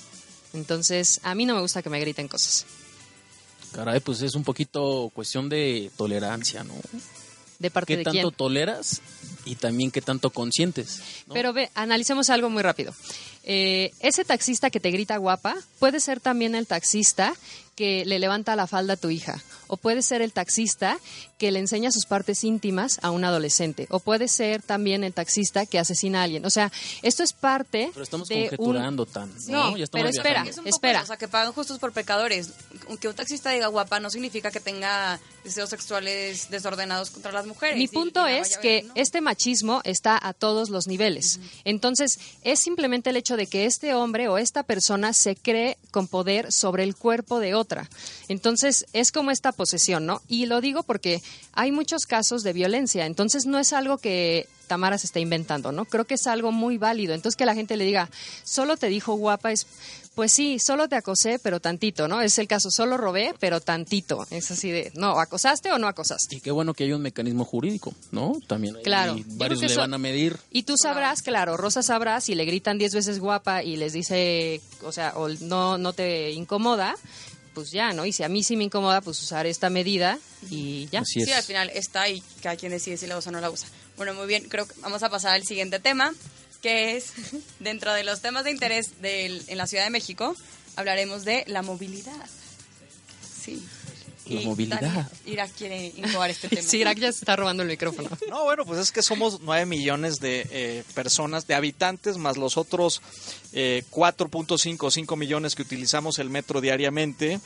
Entonces, a mí no me gusta que me griten cosas. Caray, pues es un poquito cuestión de tolerancia, ¿no? ¿De parte ¿Qué de tanto quién? toleras y también qué tanto consientes? ¿no? Pero ve, analicemos algo muy rápido. Eh, ese taxista que te grita guapa puede ser también el taxista que le levanta la falda a tu hija, o puede ser el taxista que le enseña sus partes íntimas a un adolescente, o puede ser también el taxista que asesina a alguien. O sea, esto es parte Pero estamos de conjeturando un... tan, Sí, ¿no? Ya estamos pero espera, viajando. Es un poco espera. eso, o sea, que pagan justos por pecadores. Que un taxista diga guapa no significa que tenga deseos sexuales desordenados contra las mujeres. Mi Y- punto y la es vaya a que ver, ¿no? este machismo está a todos los niveles. Uh-huh. Entonces, es simplemente el hecho de que este hombre o esta persona se cree con poder sobre el cuerpo de otra. Entonces, es como esta posesión, ¿no? Y lo digo porque hay muchos casos de violencia. Entonces, no es algo que Tamara se está inventando, ¿no? Creo que es algo muy válido. Entonces, que la gente le diga, solo te dijo guapa, es... Pues sí, solo te acosé, pero tantito, ¿no? Es el caso, solo robé, pero tantito. Es así de, no, ¿acosaste o no acosaste? Y qué bueno que hay un mecanismo jurídico, ¿no? También hay Claro. varios le eso, van a medir. Y tú sabrás, claro, Rosa sabrá, si le gritan diez veces guapa y les dice, o sea, o no, no te incomoda, pues ya, ¿no? Y si a mí sí me incomoda, pues usar esta medida y ya. Así es. Sí, al final está y cada quien decide si la usa o no la usa. Bueno, muy bien, creo que vamos a pasar al siguiente tema, que es, dentro de los temas de interés del, en la Ciudad de México, hablaremos de la movilidad. Sí. La y movilidad. Dani, Irak quiere incobar este tema. Sí, Irak ya se está robando el micrófono. No, bueno, pues es que somos nueve millones de eh, personas, de habitantes, más los otros eh, cuatro punto cinco, cinco millones que utilizamos el metro diariamente.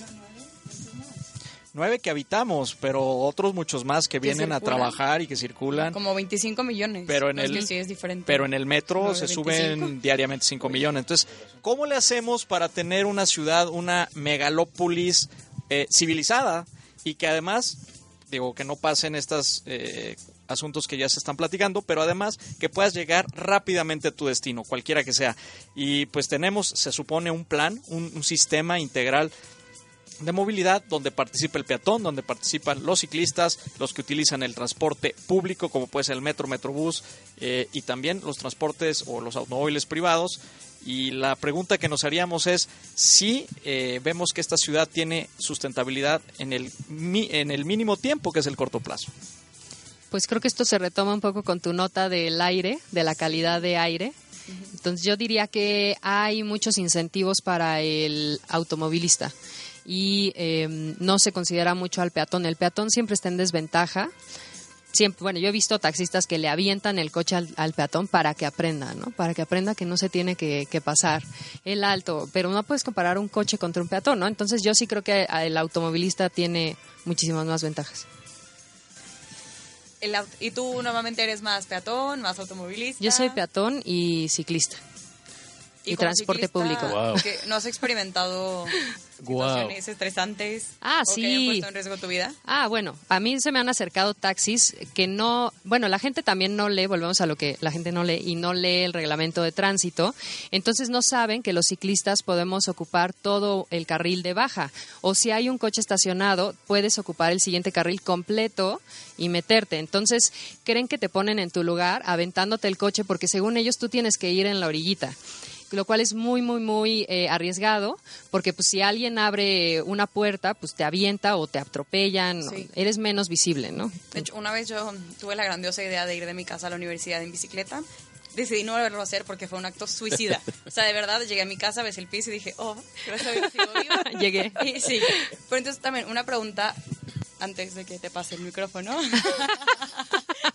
Nueve que habitamos, pero otros muchos más que vienen circulan. a trabajar y que circulan. Como veinticinco millones. Pero en No, es el, que sí es diferente. pero en el metro nueve, se veinticinco. suben diariamente cinco millones. Entonces, ¿cómo le hacemos para tener una ciudad, una megalópolis eh, civilizada y que además, digo, que no pasen estos eh, asuntos que ya se están platicando, pero además que puedas llegar rápidamente a tu destino, cualquiera que sea? Y pues tenemos, se supone, un plan, un, un sistema integral de movilidad donde participa el peatón, donde participan los ciclistas, los que utilizan el transporte público como puede ser el metro, metrobús eh, y también los transportes o los automóviles privados. Y la pregunta que nos haríamos es si eh, vemos que esta ciudad tiene sustentabilidad en el, en el mínimo tiempo, que es el corto plazo. Pues creo que esto se retoma un poco con tu nota del aire, de la calidad de aire. Entonces yo diría que hay muchos incentivos para el automovilista y eh, no se considera mucho al peatón. El peatón siempre está en desventaja. Siempre, bueno, yo he visto taxistas que le avientan el coche al, al peatón para que aprenda, ¿no? Para que aprenda que no se tiene que, que pasar el alto, pero no puedes comparar un coche contra un peatón, ¿no? Entonces yo sí creo que el automovilista tiene muchísimas más ventajas. El, ¿Y tú normalmente eres más peatón, más automovilista? Yo soy peatón y ciclista. Y, y transporte ciclista, público. Wow. Que ¿No has experimentado situaciones wow. estresantes? Ah, o sí. que hayan puesto en riesgo tu vida? Ah, bueno, a mí se me han acercado taxis que no... Bueno, la gente también no lee, volvemos a lo que la gente no lee, y no lee el reglamento de tránsito. Entonces no saben que los ciclistas podemos ocupar todo el carril de baja. O si hay un coche estacionado, puedes ocupar el siguiente carril completo y meterte. Entonces creen que te ponen en tu lugar aventándote el coche porque según ellos tú tienes que ir en la orillita, lo cual es muy, muy, muy eh, arriesgado, porque pues si alguien abre una puerta, pues te avienta o te atropellan, sí. ¿no? Eres menos visible, ¿no? De hecho, una vez yo tuve la grandiosa idea de ir de mi casa a la universidad en bicicleta. Decidí no volverlo a hacer porque fue un acto suicida. O sea, de verdad, llegué a mi casa, besé el piso y dije, oh, gracias a Dios, sigo viva. Llegué. Y, sí. Pero entonces también una pregunta, antes de que te pase el micrófono.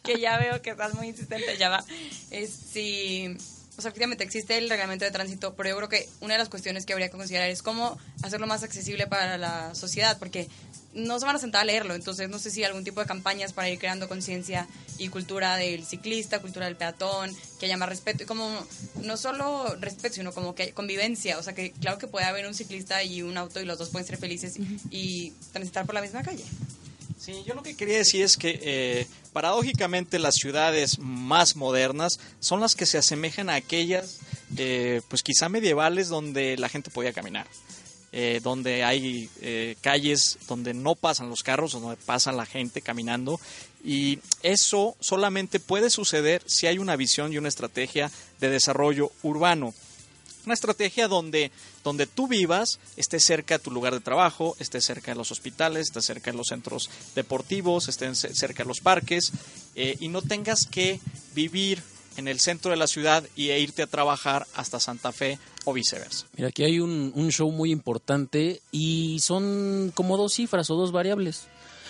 que ya veo que estás muy insistente, ya va. Es si... O sea, efectivamente existe el reglamento de tránsito, pero yo creo que una de las cuestiones que habría que considerar es cómo hacerlo más accesible para la sociedad, porque no se van a sentar a leerlo. Entonces, no sé si algún tipo de campañas para ir creando conciencia y cultura del ciclista, cultura del peatón, que haya más respeto. Y como, no solo respeto, sino como que hay convivencia. O sea, que claro que puede haber un ciclista y un auto y los dos pueden ser felices uh-huh. y transitar por la misma calle. Sí, yo lo que quería decir es que eh, paradójicamente las ciudades más modernas son las que se asemejan a aquellas, eh, pues quizá medievales, donde la gente podía caminar, eh, donde hay eh, calles donde no pasan los carros, donde pasa la gente caminando, y eso solamente puede suceder si hay una visión y una estrategia de desarrollo urbano. Una estrategia donde, donde tú vivas, estés cerca de tu lugar de trabajo, estés cerca de los hospitales, estés cerca de los centros deportivos, estés cerca de los parques, eh, y no tengas que vivir en el centro de la ciudad y e irte a trabajar hasta Santa Fe o viceversa. Mira, aquí hay un, un show muy importante y son como dos cifras o dos variables.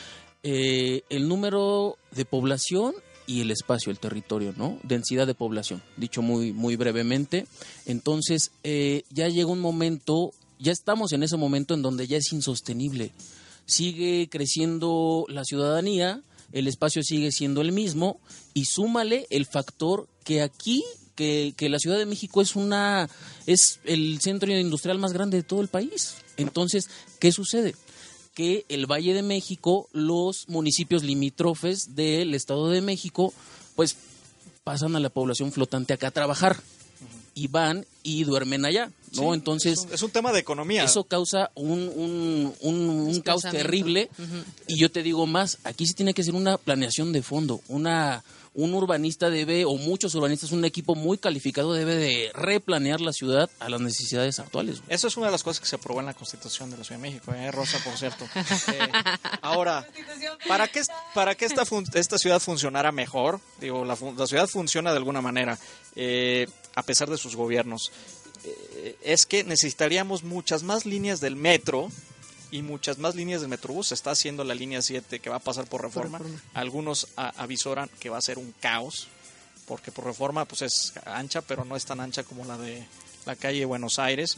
Eh, el número de población y el espacio, el territorio, ¿no? Densidad de población, dicho muy muy brevemente. Entonces, eh, ya llega un momento, ya estamos en ese momento en donde ya es insostenible. Sigue creciendo la ciudadanía, el espacio sigue siendo el mismo, y súmale el factor que aquí, que, que la Ciudad de México es una es el centro industrial más grande de todo el país. Entonces, ¿qué sucede? Que el Valle de México, los municipios limítrofes del Estado de México, pues pasan a la población flotante acá a trabajar y van y duermen allá, ¿no? Sí, entonces es un, es un tema de economía. Eso causa un, un, un, un caos terrible. Uh-huh. Y yo te digo más, aquí sí tiene que ser una planeación de fondo, una un urbanista debe, o muchos urbanistas, un equipo muy calificado debe de replanear la ciudad a las necesidades actuales. Eso es una de las cosas que se aprobó en la Constitución de la Ciudad de México, ¿eh, Rosa, por cierto? Eh, ahora, para que, para que esta, fun- esta ciudad funcionara mejor, digo, la, fun- la ciudad funciona de alguna manera, eh, a pesar de sus gobiernos, eh, es que necesitaríamos muchas más líneas del metro y muchas más líneas del Metrobús. Se está haciendo la línea siete que va a pasar por Reforma. Por Reforma. Algunos a, avisoran que va a ser un caos, porque por Reforma pues es ancha, pero no es tan ancha como la de la calle Buenos Aires.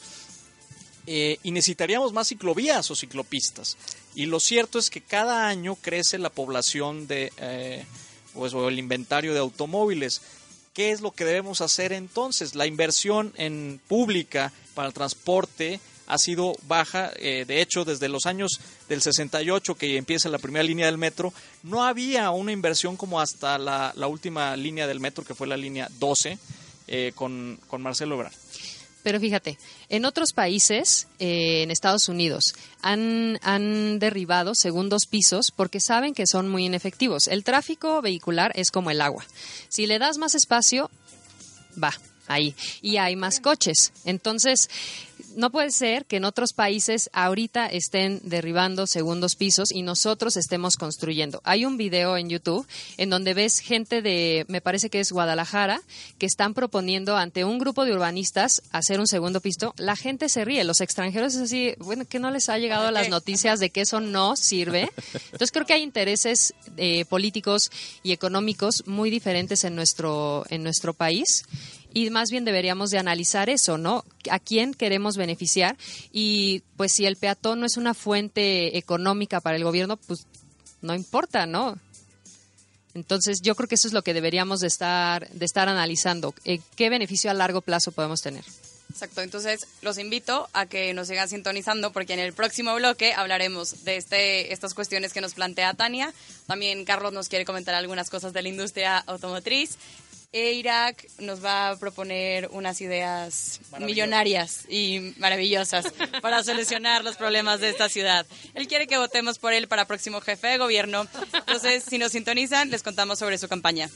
Eh, y necesitaríamos más ciclovías o ciclopistas. Y lo cierto es que cada año crece la población de eh, pues, o el inventario de automóviles. ¿Qué es lo que debemos hacer entonces? La inversión en pública para el transporte ha sido baja. Eh, de hecho, desde los años del sesenta y ocho, que empieza la primera línea del metro, no había una inversión como hasta la, la última línea del metro, que fue la línea doce, eh, con, con Marcelo Ebrard. Pero fíjate, en otros países, eh, en Estados Unidos, han, han derribado segundos pisos porque saben que son muy inefectivos. El tráfico vehicular es como el agua. Si le das más espacio, va ahí. Y hay más coches. Entonces, no puede ser que en otros países ahorita estén derribando segundos pisos y nosotros estemos construyendo. Hay un video en YouTube en donde ves gente de, me parece que es Guadalajara, que están proponiendo ante un grupo de urbanistas hacer un segundo piso. La gente se ríe, los extranjeros es así, bueno, que no les ha llegado las noticias de que eso no sirve. Entonces creo que hay intereses eh, políticos y económicos muy diferentes en nuestro, en nuestro país. Y más bien deberíamos de analizar eso, ¿no? ¿A quién queremos beneficiar? Y pues si el peatón no es una fuente económica para el gobierno, pues no importa, ¿no? Entonces yo creo que eso es lo que deberíamos de estar, de estar analizando. Eh, ¿Qué beneficio a largo plazo podemos tener? Exacto, entonces los invito a que nos sigan sintonizando porque en el próximo bloque hablaremos de este, estas cuestiones que nos plantea Tania. También Carlos nos quiere comentar algunas cosas de la industria automotriz. E Irak nos va a proponer unas ideas millonarias y maravillosas para solucionar los problemas de esta ciudad. Él quiere que votemos por él para próximo jefe de gobierno. Entonces, si nos sintonizan, les contamos sobre su campaña.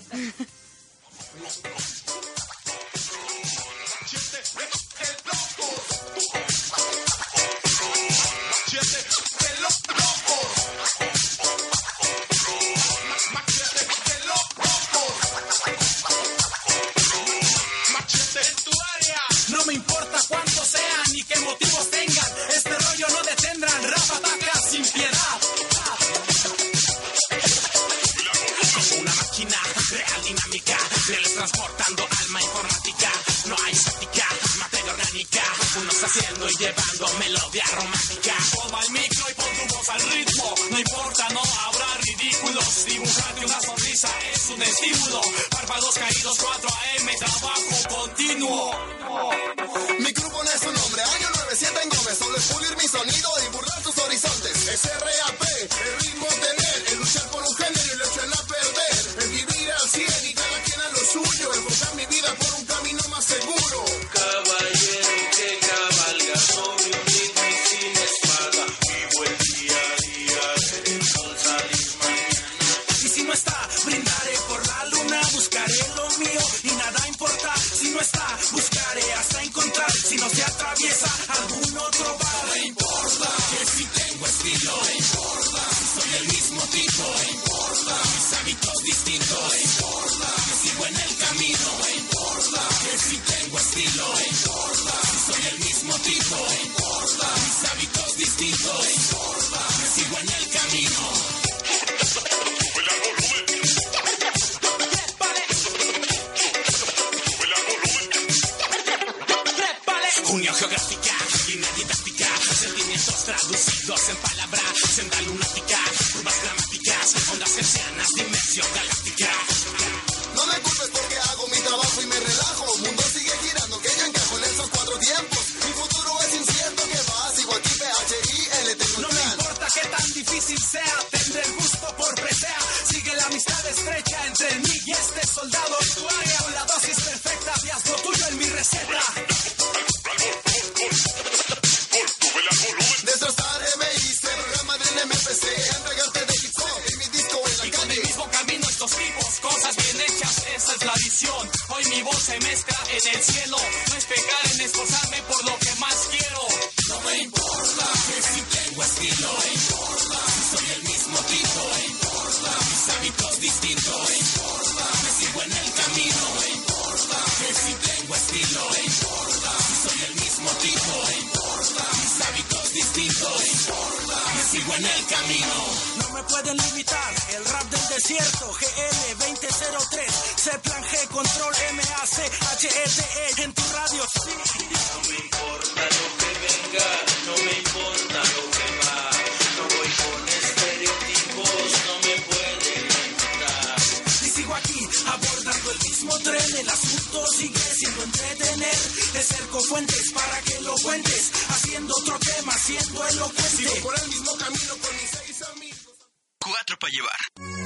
No me importa cuántos sean ni qué motivos tengan, este rollo no detendrán, rap ataca sin piedad. Una máquina dinámica, rieles transportando alma informática. No hay estática, materia orgánica, uno está haciendo y llevando melodía romántica. Toma el micro y pon tu voz al ritmo, no importa, no habrá ridículos. Dibujarte una sonrisa es un estímulo. Párpados caídos, cuatro a eme, trabajo continuo. Mi grupo no es un nombre, año nueve siete en Gómez. Solo es pulir mi sonido y burlar tus horizontes. Es R A P, el ritmo tener, el luchar por un género y lo echarla a perder. El vivir al cien y cada quien a lo suyo. El forzar mi vida por un camino más seguro. Caballero que cabalga sobre un ritmo y sin espada. Vivo el día a día, ver el sol salir mañana. Y si no está, brindaré por la luna. Buscaré lo mío y nada importa. Si no está, buscaré hasta encontrar. Si no se atraviesa algún otro bar, no importa. Que si tengo estilo, no importa. Si soy el mismo tipo, no importa. Mis hábitos distintos, no importa. Que sigo en el camino, no importa. Que si tengo estilo, no importa. Si soy el mismo tipo, no importa. Mis hábitos distintos, no importa. Que sigo en el camino. Unión geográfica, línea didáctica, sentimientos traducidos en palabras, senda lunática, curvas gramáticas, ondas hercianas, dimensión galáctica. No me culpes porque hago mi trabajo y me relajo. Mundo sigue girando, que yo encajo en esos cuatro tiempos. Mi futuro es incierto, que va, sigo aquí P H I L T. No me importa que tan difícil sea, tendré el gusto por presea. Sigue la amistad estrecha entre mí y este soldado en tu área. Con la dosis perfecta, y haz lo tuyo en mi receta. Destrozar M I C, programa del M P C, entregarte de hip hop y mi disco en la y calle. con mi mismo camino estos tipos, cosas bien hechas, esa es la visión. Hoy mi voz se mezcla en el cielo, no es pecar en esforzarme por lo que más quiero. No me importa que si tengo estilo, no importa. Si soy el mismo tipo, no importa. Mis hábitos distintos, no importa. Me sigo en el camino, no importa. Que si tengo estilo, no importa. Si soy el mismo tipo, no importa. Mis hábitos distintos, no importa. Me sigo en el camino. No me pueden limitar, el rap del desierto, G L veinte cero tres, C plan G, control M A C H E T E, en tu radio, sí. No me importa lo que venga, no me importa lo que va. No voy con estereotipos, no me pueden limitar. Y sigo aquí, abordando el mismo tren, el asunto sigue siendo entretener. De cerco fuentes para que lo cuentes, haciendo otro tema, siendo elocuente. Sigo por el mismo camino con mis seis amigos. Cuatro para llevar.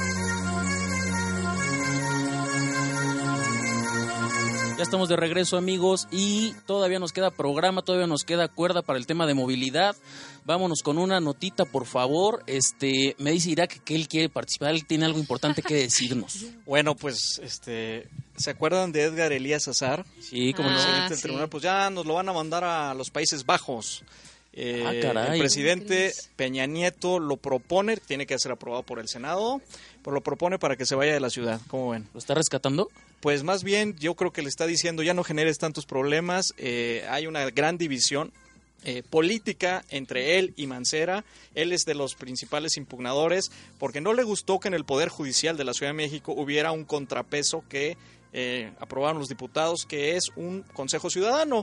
Ya estamos de regreso, amigos, y todavía nos queda programa, todavía nos queda cuerda para el tema de movilidad. Vámonos con una notita, por favor. Este, me dice Irak que él quiere participar, él tiene algo importante que decirnos. Bueno, pues, este, ¿se acuerdan de Edgar Elías Azar? Sí, como el no. presidente del sí. tribunal, pues ya nos lo van a mandar a los Países Bajos. Eh, Ah, caray. el presidente Peña Nieto lo propone, tiene que ser aprobado por el Senado, pero lo propone para que se vaya de la ciudad. ¿Cómo ven? ¿Lo está rescatando? Pues más bien yo creo que le está diciendo ya no generes tantos problemas, eh, hay una gran división eh, política entre él y Mancera. Él es de los principales impugnadores porque no le gustó que en el Poder Judicial de la Ciudad de México hubiera un contrapeso que eh, aprobaron los diputados, que es un Consejo Ciudadano,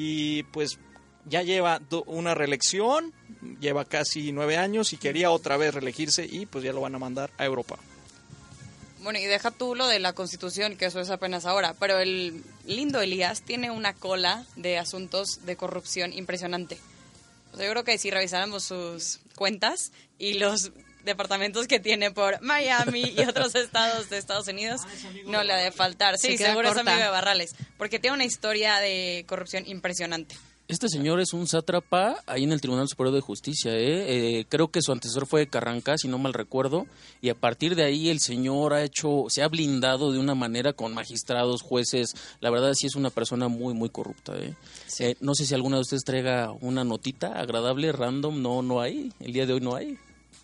y pues ya lleva do- una reelección, lleva casi nueve años y quería otra vez reelegirse y pues ya lo van a mandar a Europa. Bueno, y deja tú lo de la Constitución, que eso es apenas ahora, pero el lindo Elías tiene una cola de asuntos de corrupción impresionante. O sea, yo creo que si revisáramos sus cuentas y los departamentos que tiene por Miami y otros estados de Estados Unidos, no le ha de faltar. Sí, Se queda seguro corta. es amigo de Barrales, porque tiene una historia de corrupción impresionante. Este señor es un sátrapa ahí en el Tribunal Superior de Justicia, ¿eh? Eh, creo que su antecesor fue Carranca, si no mal recuerdo, y a partir de ahí el señor ha hecho, se ha blindado de una manera con magistrados, jueces. La verdad sí es una persona muy, muy corrupta, ¿eh? Sí. Eh, no sé si alguna de ustedes traiga una notita agradable, random. No, no hay, el día de hoy no hay.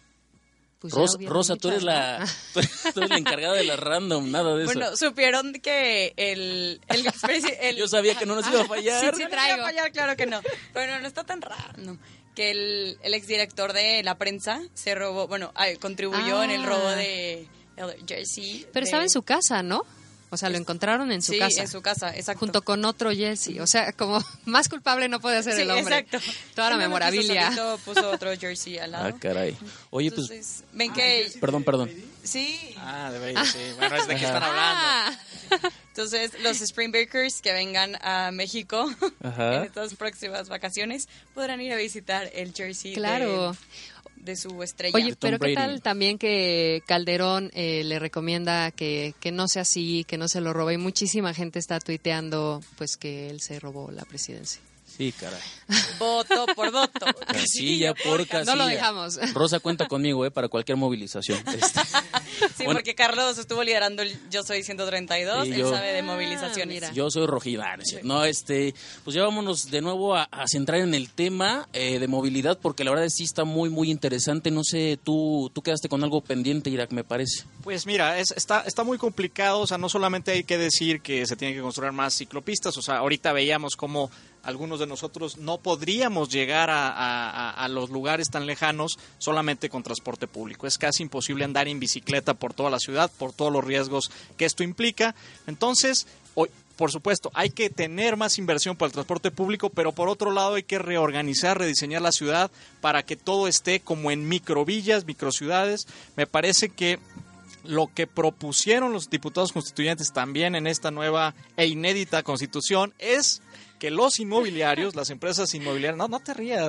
Pues ya Rosa, hubieron Rosa, tú eres muchas, la, tú eres, tú eres la encargada de la random, nada de eso. Bueno, supieron que el... el, expresi- el Yo sabía que no nos iba a fallar. Sí, sí, traigo. No nos iba a fallar, claro que no. Pero no está tan raro, no. Que el, el exdirector de la prensa se robó, bueno, ay, contribuyó Ah. en el robo de el jersey. Pero de... estaba en su casa, ¿no? O sea, lo encontraron en su sí, casa. Sí, en su casa, exacto. Junto con otro jersey. O sea, como más culpable no puede ser sí, el hombre. Exacto. Toda la memorabilia. Solito, puso otro jersey al lado. Ah, caray. Oye, Entonces, pues... ven que... Perdón, perdón. Sí. Ah, de Brady, sí. Bueno, es de qué están hablando. Entonces, los Spring Breakers que vengan a México Ajá. en estas próximas vacaciones podrán ir a visitar el jersey claro. de, de su estrella. Oye, pero ¿qué tal también que Calderón eh, le recomienda que, que no sea así, que no se lo robe? Y muchísima gente está tuiteando pues que él se robó la presidencia. Sí, caray. Voto por voto. Casilla por casilla. No lo dejamos. Rosa cuenta conmigo, ¿eh? Para cualquier movilización. Este. Sí, Bueno, porque Carlos estuvo liderando el Yo Soy ciento treinta y dos, Sí, él yo- sabe de movilizaciones. mira. Yo soy rojibán. No, este, pues ya vámonos de nuevo a, a centrar en el tema eh, de movilidad, porque la verdad sí está muy, muy interesante. No sé, tú, tú quedaste con algo pendiente, Irak, me parece. Pues mira, es, está, está muy complicado, o sea, no solamente hay que decir que se tienen que construir más ciclopistas, o sea, ahorita veíamos cómo algunos de nosotros no podríamos llegar a, a, a los lugares tan lejanos solamente con transporte público. Es casi imposible andar en bicicleta por toda la ciudad, por todos los riesgos que esto implica. Entonces, hoy, por supuesto, hay que tener más inversión para el transporte público, pero por otro lado hay que reorganizar, rediseñar la ciudad para que todo esté como en microvillas, microciudades. Me parece que lo que propusieron los diputados constituyentes también en esta nueva e inédita constitución es que los inmobiliarios, las empresas inmobiliarias, no, no te rías,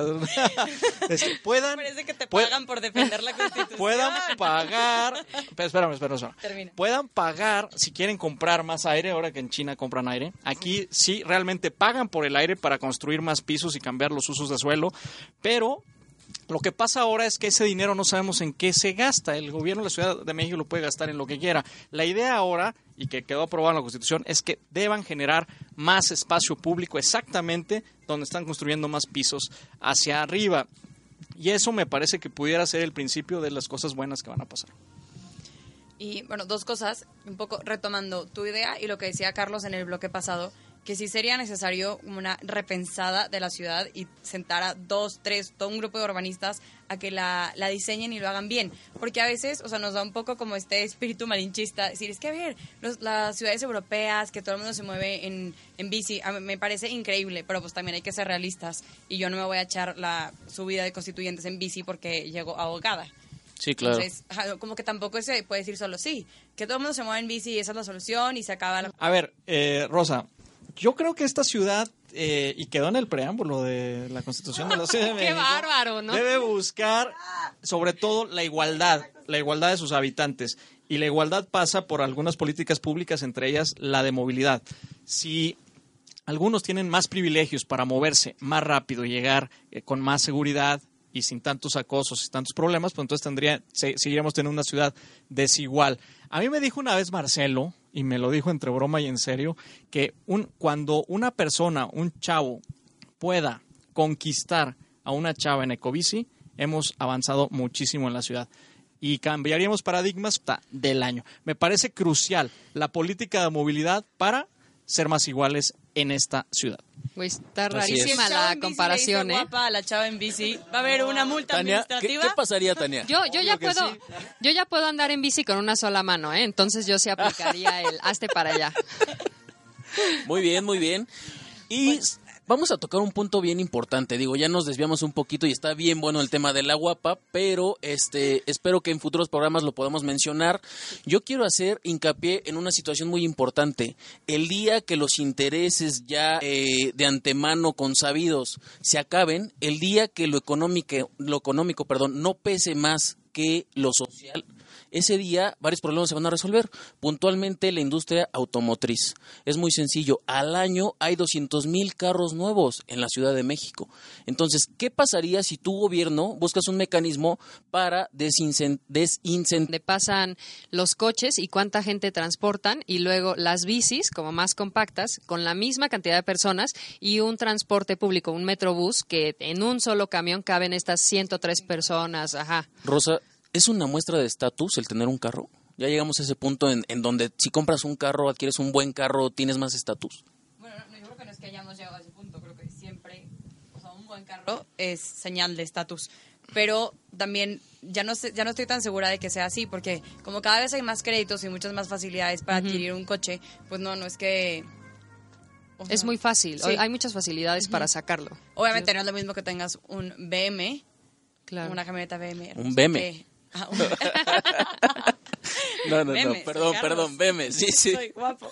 este, puedan, Parece que te pued- pagan por defender la Constitución. puedan pagar, pero espérame, espérame, espérame. Termina. puedan pagar si quieren comprar más aire, ahora que en China compran aire, aquí sí realmente pagan por el aire para construir más pisos y cambiar los usos de suelo, pero lo que pasa ahora es que ese dinero no sabemos en qué se gasta. El gobierno de la Ciudad de México lo puede gastar en lo que quiera. La idea ahora, y que quedó aprobada en la Constitución, es que deban generar más espacio público exactamente donde están construyendo más pisos hacia arriba. Y eso me parece que pudiera ser el principio de las cosas buenas que van a pasar. Y bueno, dos cosas, un poco retomando tu idea y lo que decía Carlos en el bloque pasado, que sí sería necesario una repensada de la ciudad y sentar a dos, tres, todo un grupo de urbanistas a que la, la diseñen y lo hagan bien. Porque a veces, o sea, nos da un poco como este espíritu malinchista, decir, es que a ver, los, las ciudades europeas, que todo el mundo se mueve en, en bici, a mí me parece increíble, pero pues también hay que ser realistas y yo no me voy a echar la subida de constituyentes en bici porque llego ahogada. Sí, claro. Entonces, ajá, como que tampoco se puede decir solo sí, que todo el mundo se mueve en bici y esa es la solución y se acaba la... A ver, eh, Rosa, yo creo que esta ciudad, eh, y quedó en el preámbulo de la Constitución de la Ciudad de ¡Qué México, bárbaro!, ¿no? debe buscar sobre todo la igualdad, la igualdad de sus habitantes. Y la igualdad pasa por algunas políticas públicas, entre ellas la de movilidad. Si algunos tienen más privilegios para moverse más rápido y llegar eh, con más seguridad y sin tantos acosos y tantos problemas, pues entonces tendría, se, seguiríamos teniendo una ciudad desigual. A mí me dijo una vez Marcelo, y me lo dijo entre broma y en serio, que un, cuando una persona, un chavo, pueda conquistar a una chava en ecobici, hemos avanzado muchísimo en la ciudad. Y cambiaríamos paradigmas del año. Me parece crucial la política de movilidad para ser más iguales en esta ciudad. Pues está Así es. rarísima Si el chavo la en bici comparación, le ¿eh? dice guapa a la chava en bici, va a haber una multa Tania, ¿qué, administrativa. qué pasaría, Tania? Yo, yo ya Obvio que puedo, sí. yo ya puedo andar en bici con una sola mano, ¿eh? Entonces yo sí aplicaría el hazte para allá. Muy bien, muy bien. Y vamos a tocar un punto bien importante. Digo, ya nos desviamos un poquito y está bien bueno el tema de la guapa, pero este, espero que en futuros programas lo podamos mencionar. Yo quiero hacer hincapié en una situación muy importante. El día que los intereses ya eh, de antemano consabidos se acaben, el día que lo económico, lo económico, perdón, no pese más que lo social, ese día varios problemas se van a resolver. Puntualmente la industria automotriz. Es muy sencillo. Al año hay doscientos mil carros nuevos en la Ciudad de México. Entonces, ¿qué pasaría si tu gobierno buscas un mecanismo para desincentivar? Donde pasan los coches y cuánta gente transportan y luego las bicis como más compactas con la misma cantidad de personas y un transporte público, un metrobús que en un solo camión caben estas ciento tres personas. Ajá. Rosa, ¿es una muestra de estatus el tener un carro? Ya llegamos a ese punto en, en donde si compras un carro, adquieres un buen carro, tienes más estatus. Bueno, no, yo creo que no es que hayamos llegado a ese punto, creo que siempre, o sea, un buen carro es señal de estatus. pero también ya no sé, ya no estoy tan segura de que sea así, porque como cada vez hay más créditos y muchas más facilidades para uh-huh. adquirir un coche, pues no, no es que... O sea, es muy fácil, sí. Hay muchas facilidades uh-huh. para sacarlo. Obviamente no es lo mismo que tengas un B M, claro. una camioneta B M. Un B M. Que, ah, un... no, no, B M, no, perdón, Carlos. perdón, B M, sí, sí. Soy guapo.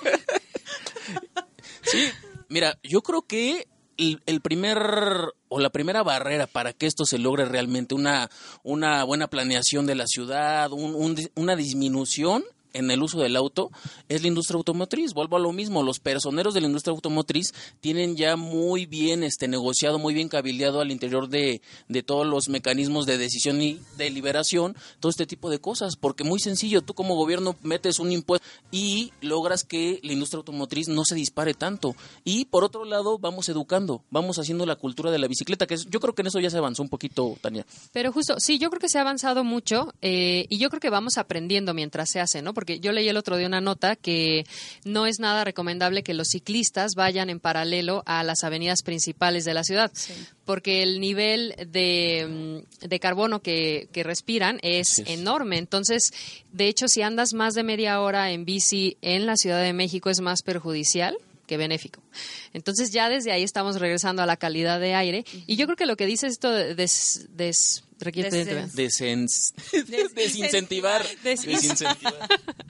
Sí, mira, yo creo que el, el primer o la primera barrera para que esto se logre realmente, una, una buena planeación de la ciudad, un, un, una disminución en el uso del auto, es la industria automotriz. Vuelvo a lo mismo, los personeros de la industria automotriz tienen ya muy bien este negociado, muy bien cabildeado al interior de, de todos los mecanismos de decisión y deliberación, todo este tipo de cosas, porque muy sencillo, tú como gobierno metes un impuesto y logras que la industria automotriz no se dispare tanto. Y por otro lado, vamos educando, vamos haciendo la cultura de la bicicleta, que es, yo creo que en eso ya se avanzó un poquito, Tania. Pero justo, sí, yo creo que se ha avanzado mucho eh, y yo creo que vamos aprendiendo mientras se hace, ¿no? Porque Porque yo leí el otro día una nota que no es nada recomendable que los ciclistas vayan en paralelo a las avenidas principales de la ciudad, sí. porque el nivel de, de carbono que, que respiran es sí. enorme. Entonces, de hecho, si andas más de media hora en bici en la Ciudad de México es más perjudicial que benéfico. Entonces ya desde ahí estamos regresando a la calidad de aire uh-huh. y yo creo que lo que dice esto de des, des, Desens... desincentivar. desincentivar.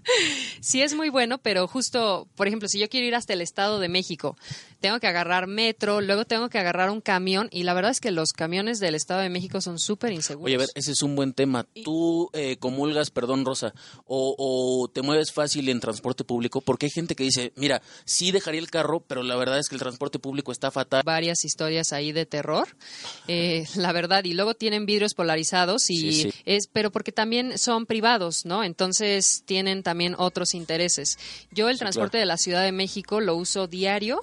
Sí es muy bueno, pero justo, por ejemplo, si yo quiero ir hasta el Estado de México, tengo que agarrar metro, luego tengo que agarrar un camión y la verdad es que los camiones del Estado de México son súper inseguros. Oye, a ver, ese es un buen tema. Tú eh, comulgas, perdón, Rosa, o, o te mueves fácil en transporte público, porque hay gente que dice, mira, sí dejaría el carro, pero la verdad es que el transporte público está fatal. Varias historias ahí de terror, eh, la verdad, y luego tienen vidrios polarizados y sí, sí. es, pero porque también son privados, ¿no? Entonces tienen también otros intereses. Yo el sí, transporte claro. de la Ciudad de México lo uso diario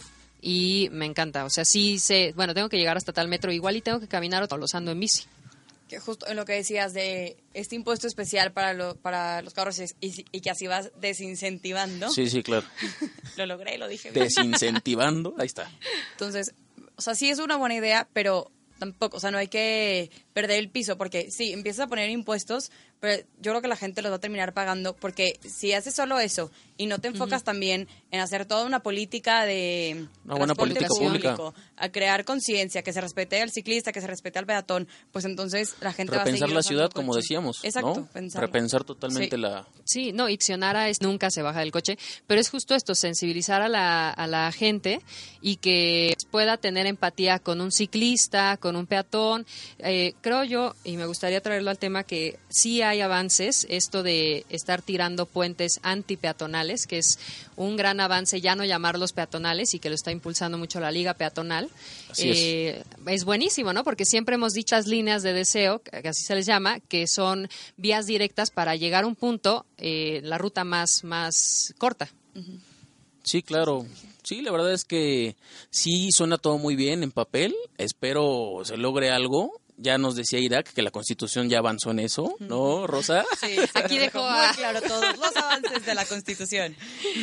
y me encanta. O sea, sí sé, bueno, tengo que llegar hasta tal metro igual y tengo que caminar o los ando en bici. Que justo en lo que decías de este impuesto especial para lo, para los carros y, y que así vas desincentivando. Sí, sí, claro. Lo logré, lo dije. Desincentivando, ahí está. Entonces, o sea, sí es una buena idea, pero tampoco, o sea, no hay que perder el piso, porque sí, empiezas a poner impuestos, pero yo creo que la gente los va a terminar pagando, porque si haces solo eso y no te enfocas uh-huh. también en hacer toda una política de una buena política pública, a crear conciencia, que se respete al ciclista, que se respete al peatón, pues entonces la gente va a seguir repensar la ciudad, como decíamos, exacto, ¿no? Pensarla. Repensar totalmente sí. la... Sí, no, Ixionara es nunca se baja del coche, pero es justo esto, sensibilizar a la, a la gente y que pueda tener empatía con un ciclista, con un peatón. Eh, creo yo, y me gustaría traerlo al tema, que sí hay avances, esto de estar tirando puentes antipeatonales, que es un gran avance, ya no llamarlos peatonales y que lo está impulsando mucho la Liga Peatonal. Así eh, es. es buenísimo, ¿no? Porque siempre hemos dicho las líneas de deseo, que así se les llama, que son vías directas para llegar a un punto, eh, la ruta más, más corta. Uh-huh. Sí, claro. Sí, la verdad es que sí suena todo muy bien en papel. Espero se logre algo. Ya nos decía Irak que la Constitución ya avanzó en eso, ¿no, Rosa? Sí, aquí dejó muy claro todos los avances de la Constitución.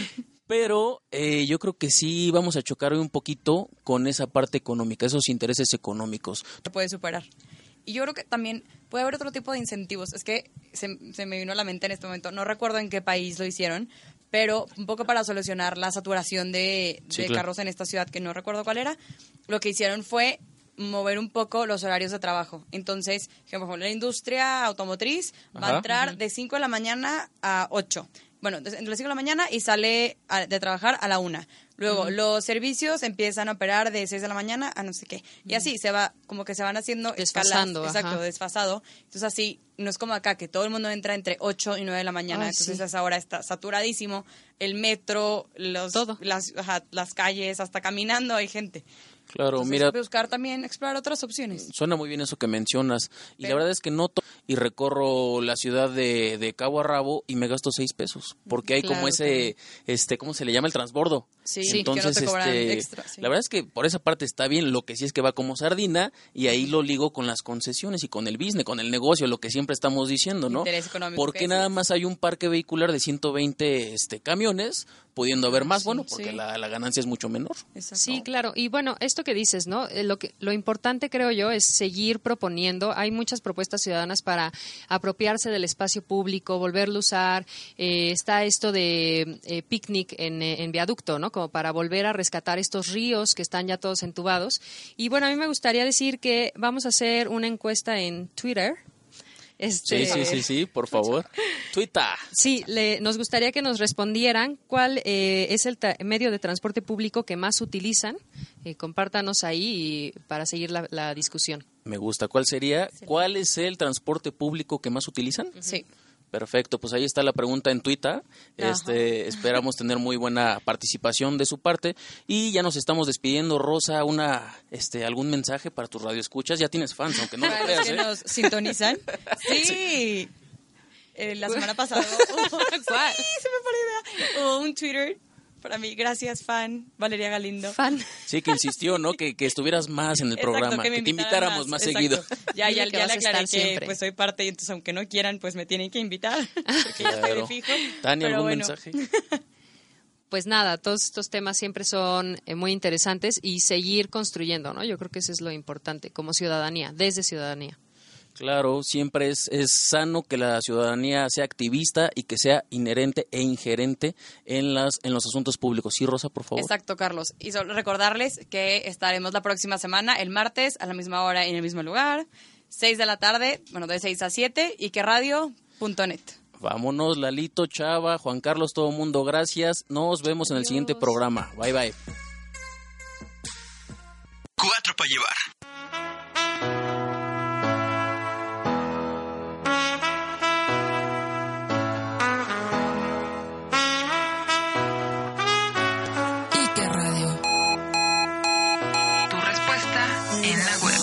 Pero eh, yo creo que sí vamos a chocar hoy un poquito con esa parte económica, esos intereses económicos. Se puede superar. Y yo creo que también puede haber otro tipo de incentivos. Es que se, se me vino a la mente en este momento, no recuerdo en qué país lo hicieron, pero un poco para solucionar la saturación de, sí, de claro. carros en esta ciudad, que no recuerdo cuál era, lo que hicieron fue mover un poco los horarios de trabajo. Entonces, por ejemplo, la industria automotriz Ajá. va a entrar uh-huh. de cinco de la mañana a ocho. Bueno, entre las cinco de la mañana y sale a, de trabajar a la una. Luego, uh-huh. los servicios empiezan a operar de seis de la mañana a no sé qué. Uh-huh. Y así se va, como que se van haciendo desfasando. Escalas, exacto, ajá. desfasado. Entonces, así, no es como acá, que todo el mundo entra entre ocho y nueve de la mañana. Ay, Entonces, sí. esa hora está saturadísimo. El metro, los, todo. Las, ajá, las calles, hasta caminando hay gente. Claro, Entonces, mira, buscar también, explorar otras opciones. Suena muy bien eso que mencionas. Y Pero, la verdad es que noto y recorro la ciudad de, de cabo a rabo y me gasto seis pesos. Porque hay claro, como ese, claro. este, ¿cómo se le llama? El transbordo. Sí, Entonces, que no te cobran este, extra. Sí. La verdad es que por esa parte está bien. Lo que sí es que va como sardina y ahí lo ligo con las concesiones y con el business, con el negocio, lo que siempre estamos diciendo, ¿no? Interés económico. ¿Por qué nada más hay un parque vehicular de ciento veinte este, camiones? pudiendo haber más, bueno, porque sí. la, la ganancia es mucho menor. Exacto. Sí, claro. Y bueno, esto que dices, ¿no? Eh, Lo que lo importante, creo yo, es seguir proponiendo. Hay muchas propuestas ciudadanas para apropiarse del espacio público, volverlo a usar. Eh, está esto de eh, picnic en, eh, en viaducto, ¿no? Como para volver a rescatar estos ríos que están ya todos entubados. Y bueno, a mí me gustaría decir que vamos a hacer una encuesta en Twitter. Este, Sí, sí, sí, sí, por favor. Twitter. Sí, le, nos gustaría que nos respondieran cuál eh, es el tra- medio de transporte público que más utilizan. Eh, compártanos ahí y para seguir la, la discusión. Me gusta. ¿Cuál sería? ¿Cuál es el transporte público que más utilizan? Sí. Perfecto, pues ahí está la pregunta en Twitter. Este, esperamos tener muy buena participación de su parte y ya nos estamos despidiendo. Rosa, una, este, algún mensaje para tus radioescuchas. Ya tienes fans, aunque no lo Para los creas, que ¿eh? nos sintonizan. Sí. Eh, la semana pasada hubo, ¿Cuál? Sí, se me fue la idea. Hubo un Twitter para mí, gracias, fan, Valeria Galindo. Fan. Sí, que insistió, ¿no? Que, que estuvieras más en el Exacto, programa, que, me te invitaran invitáramos más, exacto. seguido. Ya, ya, Dile que ya vas le a estar aclaré que siempre. pues soy parte y entonces aunque no quieran, pues me tienen que invitar. Porque ya estoy de Claro. fijo. Tania, Pero ¿algún bueno. mensaje? Pues nada, todos estos temas siempre son eh, muy interesantes y seguir construyendo, ¿no? Yo creo que eso es lo importante como ciudadanía, desde ciudadanía. Claro, siempre es, es sano que la ciudadanía sea activista y que sea inherente e ingerente en las en los asuntos públicos. Sí, Rosa, por favor. Exacto, Carlos. Y solo recordarles que estaremos la próxima semana, el martes, a la misma hora y en el mismo lugar, seis de la tarde, bueno, de seis a siete, y que radio punto net. Vámonos, Lalito, Chava, Juan Carlos, todo mundo, gracias. Nos vemos en el siguiente programa. Bye, bye. Cuatro para llevar. Ike Radio. Tu respuesta en la web.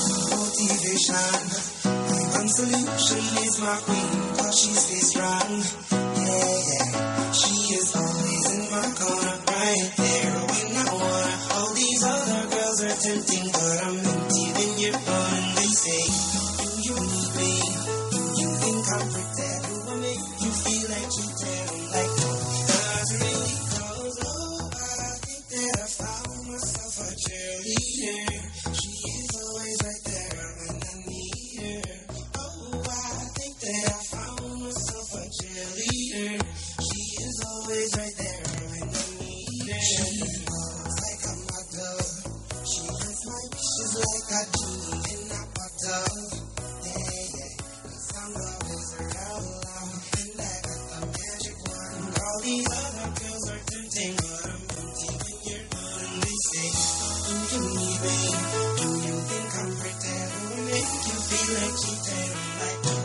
One solution is my queen, cause she stays strong. Yeah, yeah. She is always in my corner, right there when I wanna. All these other girls are tempting, but I'm empty when you're gone. And they say, do you need me? Do you think I'm pretend? Do I make you feel like cheating? I'm like, no, not really, cause oh, I think that I found myself a cheerleader. She is always right there when I need her. That I found myself a cheerleader. She is always right there when I need her. She looks like a model. She grants my wishes like a genie in a bottle. Yeah, yeah. Cause I'm love is her love. And I got the magic wand. All these other girls are tempting, but I'm empty when you're gone. And they say, do you need me? Do you think I'm pretty? Do I make you feel like cheating? I'm like, oh.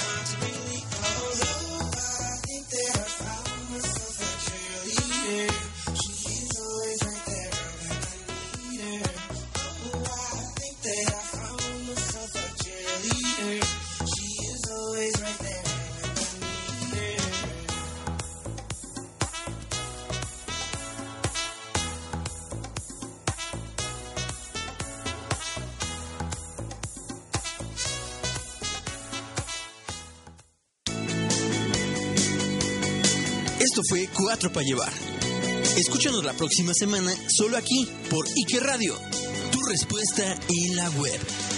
Esto fue Cuatro para llevar. Escúchanos la próxima semana solo aquí por Ike Radio. Tu respuesta en la web.